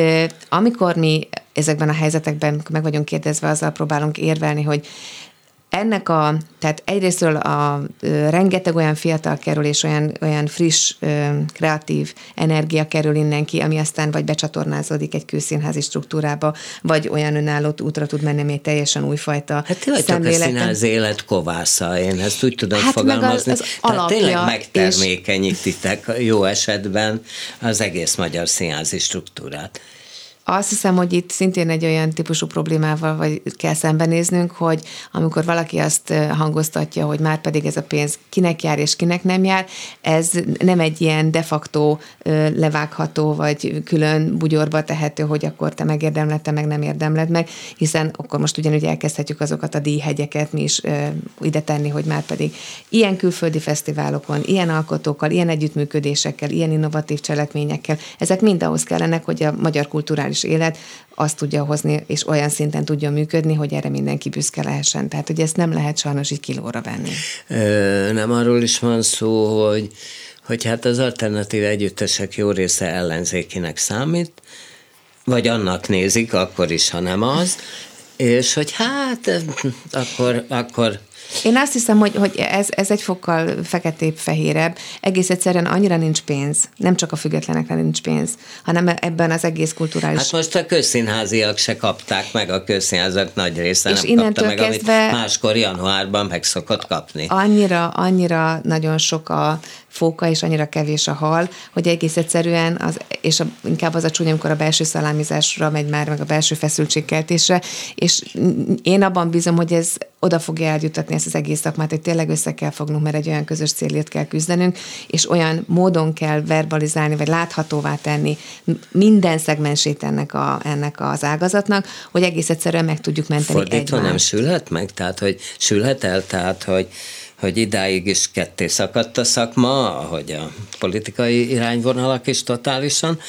Amikor mi ezekben a helyzetekben meg vagyunk kérdezve, azzal próbálunk érvelni, hogy ennek a, tehát egyrésztről a ö, rengeteg olyan fiatal kerül, és olyan, olyan friss, ö, kreatív energia kerül innen ki, ami aztán vagy becsatornázódik egy kőszínházi struktúrába, vagy olyan önálló útra tud menni, ami egy teljesen újfajta Hát ti vagytok a színház élet kovásza, én ezt úgy tudom hát fogalmazni. Az, az Tehát alapja, tényleg megtermékenyítitek jó esetben az egész magyar színházi struktúrát. Azt hiszem, hogy itt szintén egy olyan típusú problémával vagy kell szembenéznünk, hogy amikor valaki azt hangoztatja, hogy már pedig ez a pénz kinek jár és kinek nem jár, ez nem egy ilyen de facto levágható vagy külön bugyorba tehető, hogy akkor te megérdemled, te meg nem érdemled meg, hiszen akkor most ugyanúgy elkezdhetjük azokat a díjhegyeket mi is ide tenni, hogy már pedig ilyen külföldi fesztiválokon, ilyen alkotókkal, ilyen együttműködésekkel, ilyen innovatív cselekményekkel, ezek mind ahhoz kellenek, hogy a magyar kulturális élet azt tudja hozni, és olyan szinten tudja működni, hogy erre mindenki büszke lehessen. Tehát, hogy ezt nem lehet sajnos így kilóra venni. Ö, nem arról is van szó, hogy, hogy hát az alternatív együttesek jó része ellenzékinek számít, vagy annak nézik, akkor is, ha nem az, és hogy hát akkor, akkor Én azt hiszem, hogy, hogy ez, ez egy fokkal feketébb-fehérebb. Egész egyszerűen annyira nincs pénz, nem csak a függetlenekre nincs pénz, hanem ebben az egész kulturális... Hát most a közszínháziak se kapták meg, a közszínházak nagy része és nem kapta meg, kezdve amit máskor januárban meg szokott kapni. Annyira, annyira nagyon sok a fóka, és annyira kevés a hal, hogy egész egyszerűen, az, és a, inkább az a csúnya, amikor a belső szalámizásra megy már, meg a belső feszültségkeltésre, és én abban bízom, hogy ez oda fogja eljuttatni ezt az egész szakmát, hogy tényleg össze kell fognunk, mert egy olyan közös célért kell küzdenünk, és olyan módon kell verbalizálni, vagy láthatóvá tenni minden szegmensét ennek, a, ennek az ágazatnak, hogy egész egyszerűen meg tudjuk menteni egymást. Fordítva nem sülhet meg? Tehát, hogy sülhet el, tehát, hogy hogy idáig is ketté szakadt a szakma, ahogy a politikai irányvonalak is totálisan,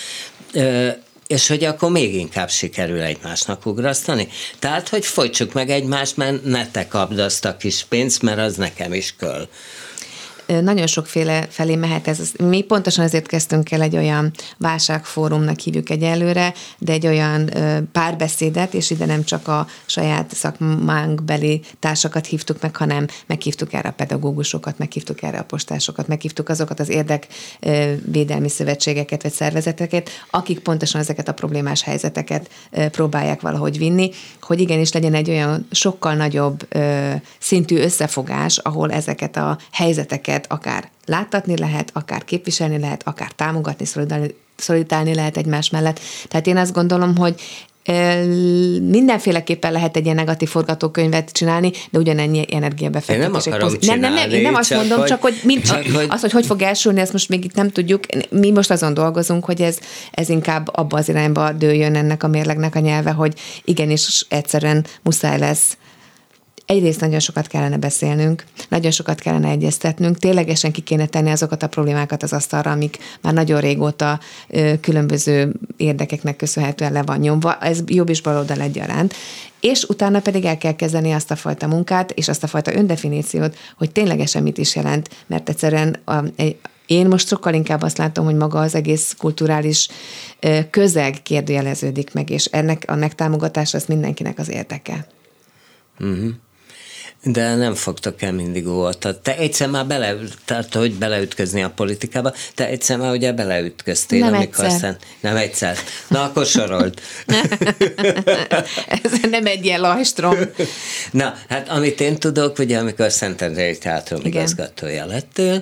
és hogy akkor még inkább sikerül egymásnak ugrasztani. Tehát, hogy folytsuk meg egymást, mert ne te kapd azt a kis pénzt, mert az nekem is köl. Nagyon sokféle felé mehet ez. Mi pontosan ezért kezdtünk el egy olyan válságfórumnak hívjuk egyelőre, de egy olyan párbeszédet, és ide nem csak a saját szakmánkbeli társakat hívtuk meg, hanem meghívtuk erre a pedagógusokat, meghívtuk erre a postásokat, meghívtuk azokat az érdekvédelmi szövetségeket vagy szervezeteket, akik pontosan ezeket a problémás helyzeteket próbálják valahogy vinni, hogy igenis legyen egy olyan sokkal nagyobb szintű összefogás, ahol ezeket a helyzeteket akár láttatni lehet, akár képviselni lehet, akár támogatni, szolidálni lehet egymás mellett. Tehát én azt gondolom, hogy mindenféleképpen lehet egy ilyen negatív forgatókönyvet csinálni, de ugyanennyi energiabefektetés. Én nem akarom nem, nem, nem, én nem azt mondom, hogy, csak hogy, mind, csak, hogy az, hogy hogy fog elsülni, ezt most még itt nem tudjuk. Mi most azon dolgozunk, hogy ez, ez inkább abba az irányba dőljön ennek a mérlegnek a nyelve, hogy igenis egyszerűen muszáj lesz. Egyrészt nagyon sokat kellene beszélnünk, nagyon sokat kellene egyeztetnünk, ténylegesen ki kéne tenni azokat a problémákat az asztalra, amik már nagyon régóta ö, különböző érdekeknek köszönhetően le van nyomva, ez jobb és baloldal egyaránt, és utána pedig el kell kezdeni azt a fajta munkát, és azt a fajta öndefiníciót, hogy ténylegesen mit is jelent, mert egyszerűen a, egy, én most sokkal inkább azt látom, hogy maga az egész kulturális ö, közeg kérdőjeleződik meg, és ennek a megtámogatása az mindenkinek az érdeke. Uh-huh. De nem fogtok el mindig óvatat. Te egyszer már bele, tehát, hogy beleütközni a politikába, te egyszer már ugye beleütköztél. Nem amikor egyszer. Aztán, nem egyszer. Na, akkor sorold. Ez nem egy ilyen lajstrom. Na, hát amit én tudok, ugye amikor a Szentendrei Teátrum igazgatója lettél,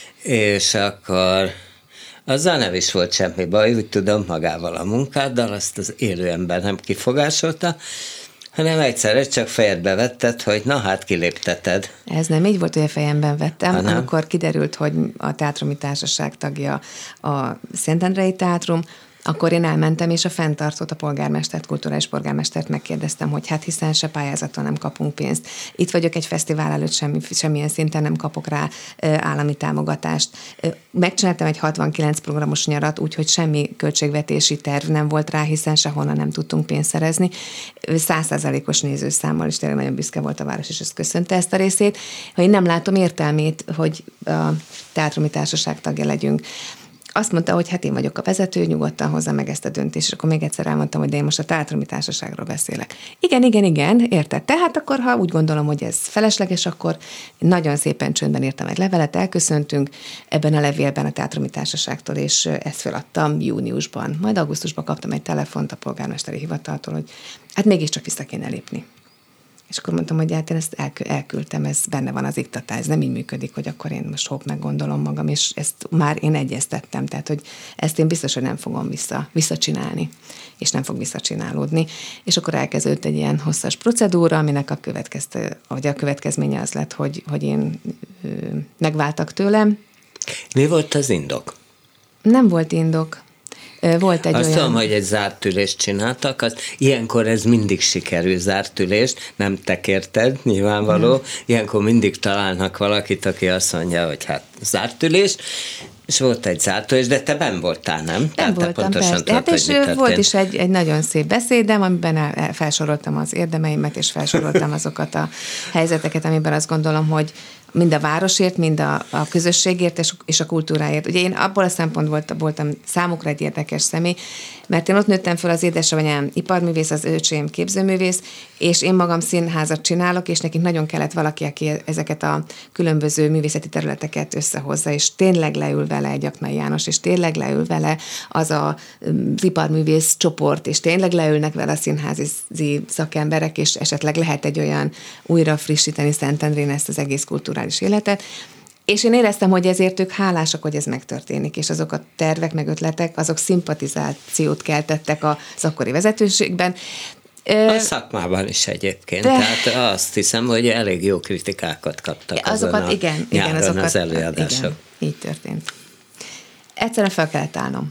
és akkor azzal nem is volt semmi baj, úgy tudom, magával a munkáddal, azt az élő ember nem kifogásolta, hanem egyszerre csak fejedbe vetted, hogy na hát kilépteted. Ez nem így volt, hogy a fejemben vettem, hanem amikor kiderült, hogy a Teátrumi Társaság tagja a Szentendrei Teátrum, akkor én elmentem, és a fenntartót, a polgármestert, kulturális polgármestert megkérdeztem, hogy hát hiszen se pályázaton nem kapunk pénzt. Itt vagyok egy fesztivál előtt, semmi, semmilyen szinten nem kapok rá állami támogatást. Megcsináltam egy hatvankilenc programos nyarat, úgyhogy semmi költségvetési terv nem volt rá, hiszen sehonnan nem tudtunk pénzt szerezni. Száz százalékos nézőszámmal, és tényleg nagyon büszke volt a város, és ezt köszönte ezt a részét, hogy én nem látom értelmét, hogy a Teátrumi Társaság tagja legyünk. Azt mondta, hogy hát én vagyok a vezető, nyugodtan hozza meg ezt a döntést, és akkor még egyszer elmondtam, hogy de én most a Teátrumi Társaságról beszélek. Igen, igen, igen, érted. Tehát akkor, ha úgy gondolom, hogy ez felesleges, akkor nagyon szépen csöndben írtam egy levelet, elköszöntünk ebben a levélben a Teátrumi Társaságtól, és ezt feladtam júniusban. Majd augusztusban kaptam egy telefont a polgármesteri hivataltól, hogy hát mégiscsak vissza kéne lépni. És akkor mondtam, hogy hát én ezt elküldtem, ez benne van az iktatás, ez nem így működik, hogy akkor én most hopp meggondolom magam, és ezt már én egyeztettem, tehát hogy ezt én biztos, hogy nem fogom vissza, visszacsinálni, és nem fog visszacsinálódni. És akkor elkezdődött egy ilyen hosszas procedúra, aminek a, következte, vagy a következménye az lett, hogy, hogy én ö, megváltak tőlem. Mi volt az indok? Nem volt indok. Volt egy Azt olyan... tudom, hogy egy zárt ülést csináltak, az, ilyenkor ez mindig sikerül, zárt ülést, nem te kérted, nyilvánvaló, nem. Ilyenkor mindig találnak valakit, aki azt mondja, hogy hát zárt ülés, és volt egy zárt ülés, de te benn voltál, nem? Nem Tehát voltam, persze. Tudod, hát és volt is egy, egy nagyon szép beszédem, amiben el, felsoroltam az érdemeimet, és felsoroltam azokat a helyzeteket, amiben azt gondolom, hogy mind a városért, mind a, a közösségért és, és a kultúráért. Ugye én abból a szempontból voltam számukra egy érdekes személy, mert én ott nőttem föl, az édesanyám iparművész, az öcsém képzőművész, és én magam színházat csinálok, és nekik nagyon kellett valaki, aki ezeket a különböző művészeti területeket összehozza, és tényleg leül vele egy Aknai János, és tényleg leül vele az a, az iparművész csoport, és tényleg leülnek vele a színházi szakemberek, és esetleg lehet egy olyan újra frissíteni Szentendrén ezt az egész kulturális életet. És én éreztem, hogy ezért ők hálásak, hogy ez megtörténik, és azok a tervek, meg ötletek, azok szimpatizációt keltettek az akkori vezetőségben. A szakmában is egyébként. De... Tehát azt hiszem, hogy elég jó kritikákat kaptak azokat, azon a igen, nyáron igen, azokat, az előadások. Igen, így történt. Egyszerűen fel kellett állnom.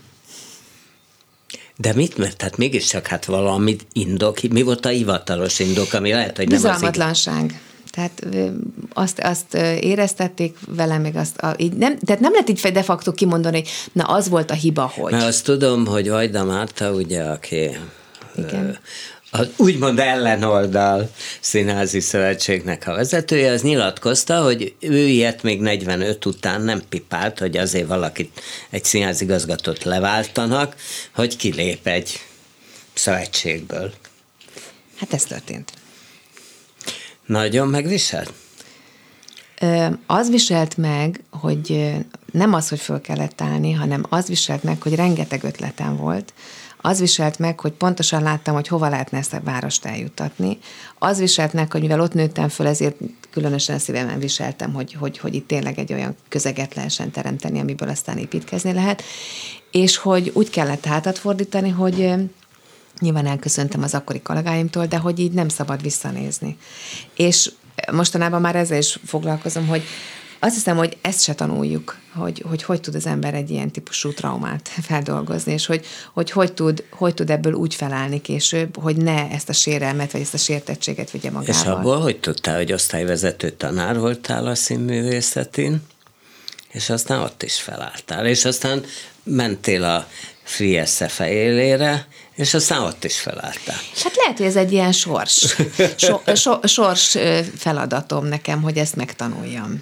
De mit, mert tehát mégiscsak hát valami indok, mi volt a hivatalos indok, ami lehet, hogy nem az... Bizalmatlanság. Tehát azt, azt éreztették velem, meg azt, a, így nem, tehát nem lehet így de facto kimondani, hogy na az volt a hiba, hogy. Mert azt tudom, hogy Vajda Márta, ugye, aki igen. az úgymond ellenoldal Színházi Szövetségnek a vezetője, az nyilatkozta, hogy ő ilyet még negyvenöt után nem pipált, hogy azért valakit, egy színházigazgatót leváltanak, hogy kilép egy szövetségből. Hát ez történt. Nagyon megviselt? Az viselt meg, hogy nem az, hogy föl kellett állni, hanem az viselt meg, hogy rengeteg ötletem volt. Az viselt meg, hogy pontosan láttam, hogy hova lehetne ezt a várost eljuttatni. Az viselt meg, hogy mivel ott nőttem föl, ezért különösen szívemen viseltem, hogy, hogy, hogy itt tényleg egy olyan közeget lehessen teremteni, amiből aztán építkezni lehet. És hogy úgy kellett hátat fordítani, hogy nyilván elköszöntem az akkori kollégáimtól, de hogy így nem szabad visszanézni. És mostanában már ezzel is foglalkozom, hogy azt hiszem, hogy ezt se tanuljuk, hogy hogy, hogy tud az ember egy ilyen típusú traumát feldolgozni, és hogy hogy, hogy, tud, hogy tud ebből úgy felállni később, hogy ne ezt a sérelmet, vagy ezt a sértettséget vigye magával. És abból hogy tudtál, hogy osztályvezető tanár voltál a színművészetén, és aztán ott is felálltál, és aztán mentél a Free es zé e élére, és aztán ott is felálltál. Hát lehet, hogy ez egy ilyen sors, so, so, sors feladatom nekem, hogy ezt megtanuljam.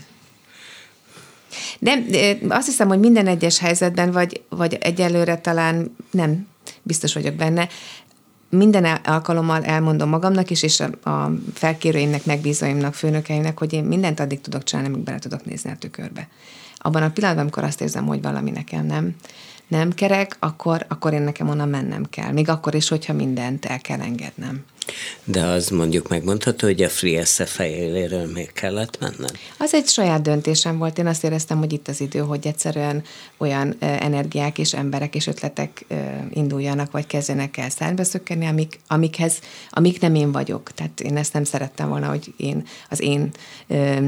De azt hiszem, hogy minden egyes helyzetben, vagy, vagy egyelőre talán nem biztos vagyok benne, minden alkalommal elmondom magamnak is, és a, a felkérőimnek, megbízóimnak, főnökeimnek, hogy én mindent addig tudok csinálni, amíg bele tudok nézni a tükörbe. Abban a pillanatban, amikor azt érzem, hogy valami nekem nem, nem kerek, akkor, akkor én nekem onnan mennem kell. Még akkor is, hogyha mindent el kell engednem. De az mondjuk megmondható, hogy a Friesse fejéléről még kellett menned? Az egy saját döntésem volt. Én azt éreztem, hogy itt az idő, hogy egyszerűen olyan energiák és emberek és ötletek induljanak, vagy kezdjenek el szárnyba szökkenni, amik, amikhez, amik nem én vagyok. Tehát én ezt nem szerettem volna, hogy én, az én ö,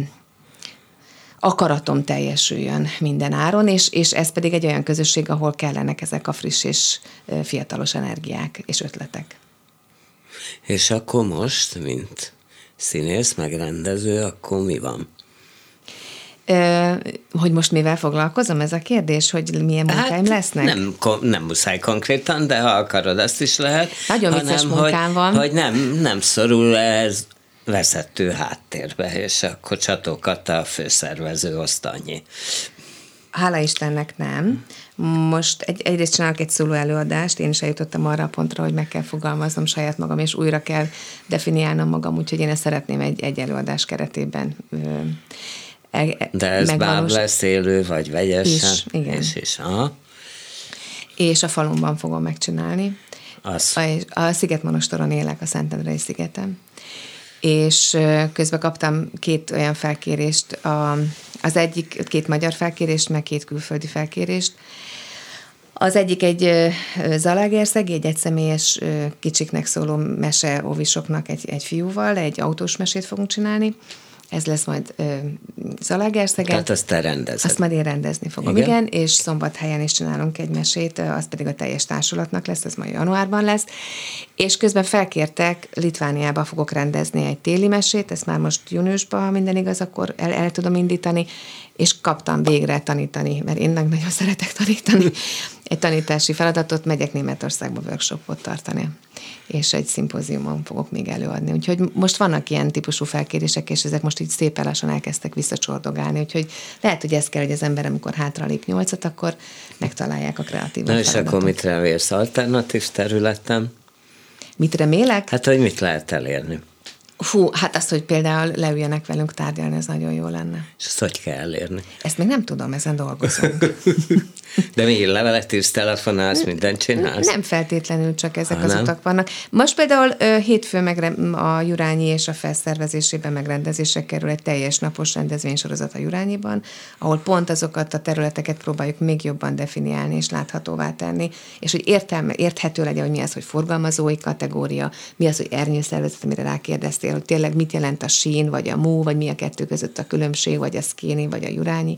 akaratom teljesüljön minden áron, és, és ez pedig egy olyan közösség, ahol kellenek ezek a friss és fiatalos energiák és ötletek. És akkor most, mint színész, meg rendező, akkor mi van? Ö, hogy most mivel foglalkozom, ez a kérdés, hogy milyen munkáim hát lesznek? Nem, nem muszáj konkrétan, de ha akarod, azt is lehet. Nagyon vicces hanem, munkám hogy, van. Hogy nem, nem szorul ez vezető háttérbe, és akkor Csató Kata a főszervező, oszt annyi. Hála Istennek nem. Most egy, egyrészt csinálok egy szóló előadást, én is eljutottam arra a pontra, hogy meg kell fogalmaznom saját magam, és újra kell definiálnom magam, úgyhogy én ezt szeretném egy, egy előadás keretében e, De ez báb lesz, élő, vagy vegyesen? Is, igen. És, is, aha. És a falumban fogom megcsinálni. Az. A, a Szigetmonostoron élek, a Szentendrei szigeten. És közben kaptam két olyan felkérést, a, az egyik két magyar felkérést, meg két külföldi felkérést. Az egyik egy Zalaegerszegi, egy egyszemélyes kicsiknek szóló mese óvisoknak egy, egy fiúval, egy autós mesét fogunk csinálni. Ez lesz majd ö, Zalaegerszegen. Tehát azt te rendezed. Azt majd én rendezni fogom, igen. igen, és Szombathelyen is csinálunk egy mesét, az pedig a teljes társulatnak lesz, ez majd januárban lesz. És közben felkértek, Litvániába fogok rendezni egy téli mesét, ezt már most júniusban, ha minden igaz, akkor el, el tudom indítani, és kaptam végre tanítani, mert én nagyon szeretek tanítani. Egy tanítási feladatot, megyek Németországba workshopot tartani, és egy szimpóziumon fogok még előadni. Úgyhogy most vannak ilyen típusú felkérések, és ezek most így szépen lassan elkezdtek visszacsordogálni, úgyhogy lehet, hogy ez kell, hogy az ember, amikor hátralép nyolcat, akkor megtalálják a kreatív feladatot. Na és akkor mit remélsz alternatív területen? Mit remélek? Hát, hogy mit lehet elérni? Fú, hát azt, hogy például leüljenek velünk tárgyalni, ez nagyon jó lenne. És ezt hogy kell elérni? Ezt még nem tudom, ezen dolgozunk. De mi levelet írsz, telefonálsz, mindent csinálsz? Nem feltétlenül csak ezek ha, az nem? utak vannak. Most például hétfő megre- a Jurányi és a felszervezésében megrendezésre kerül egy teljes napos rendezvénysorozat a Jurányiban, ahol pont azokat a területeket próbáljuk még jobban definiálni és láthatóvá tenni, és hogy értelme, érthető legyen, hogy mi az, hogy forgalmazói kategória, mi az, hogy ernyőszervezet, amire rákérdeztél, hogy tényleg mit jelent a sín, vagy a mú, vagy mi a kettő között a különbség, vagy a szkéni, vagy a Jurányi.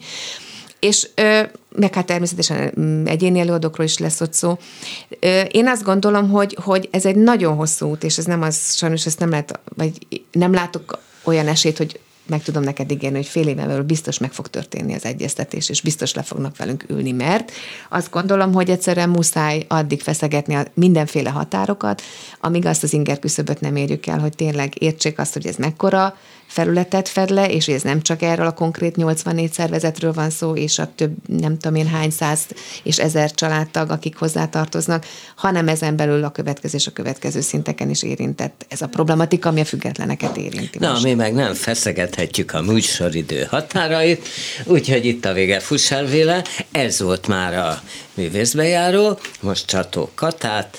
És ö, meg hát természetesen egyéni előadókról is lesz ott szó. Ö, én azt gondolom, hogy, hogy ez egy nagyon hosszú út, és ez nem az, sajnos ezt nem lehet, vagy nem látok olyan esélyt, hogy meg tudom neked ígérni, hogy fél éven belül biztos meg fog történni az egyeztetés, és biztos le fognak velünk ülni, mert azt gondolom, hogy egyszerűen muszáj addig feszegetni a mindenféle határokat, amíg azt az inger küszöböt nem érjük el, hogy tényleg értsék azt, hogy ez mekkora felületet fed le, és hogy ez nem csak erről a konkrét nyolcvannégy szervezetről van szó, és a több nem tudom én hány száz és ezer családtag, akik hozzátartoznak, hanem ezen belül a következő és a következő szinteken is érintett ez a problematika, ami a függetleneket érinti. Na, most. mi meg nem feszegethetjük a műsoridő határait, úgyhogy itt a vége, fuss el véle. Ez volt már a művészbejáró, most Csató Katát,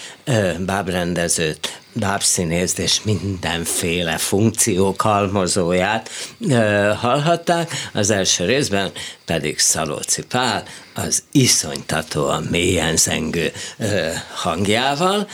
bábrendezőt, bábszínészt és mindenféle funkciók halmozóját ö, hallhatták, az első részben pedig Szalóczy Pál az iszonytatóan mélyen zengő ö, hangjával.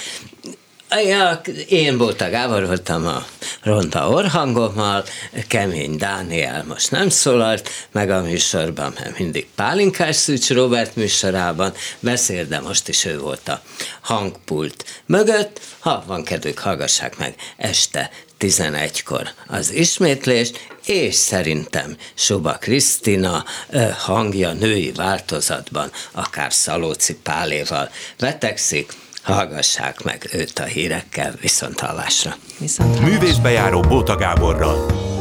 Ja, én Bóta Gábor voltam a ronda orrhangommal, Kemény Dániel most nem szólalt meg a műsorban, mert mindig Pálinkás Szűcs Róbert műsorában beszél, de most is ő volt a hangpult mögött. Ha van kedvük, hallgassák meg este tizenegykor az ismétlést, és szerintem Suba Krisztina hangja női változatban akár Szalóczy Páléval vetekszik. Hallgassák meg őt a hírekkel, viszonthallásra. Viszonthallásra. Művészbejáró Bóta Gáborral.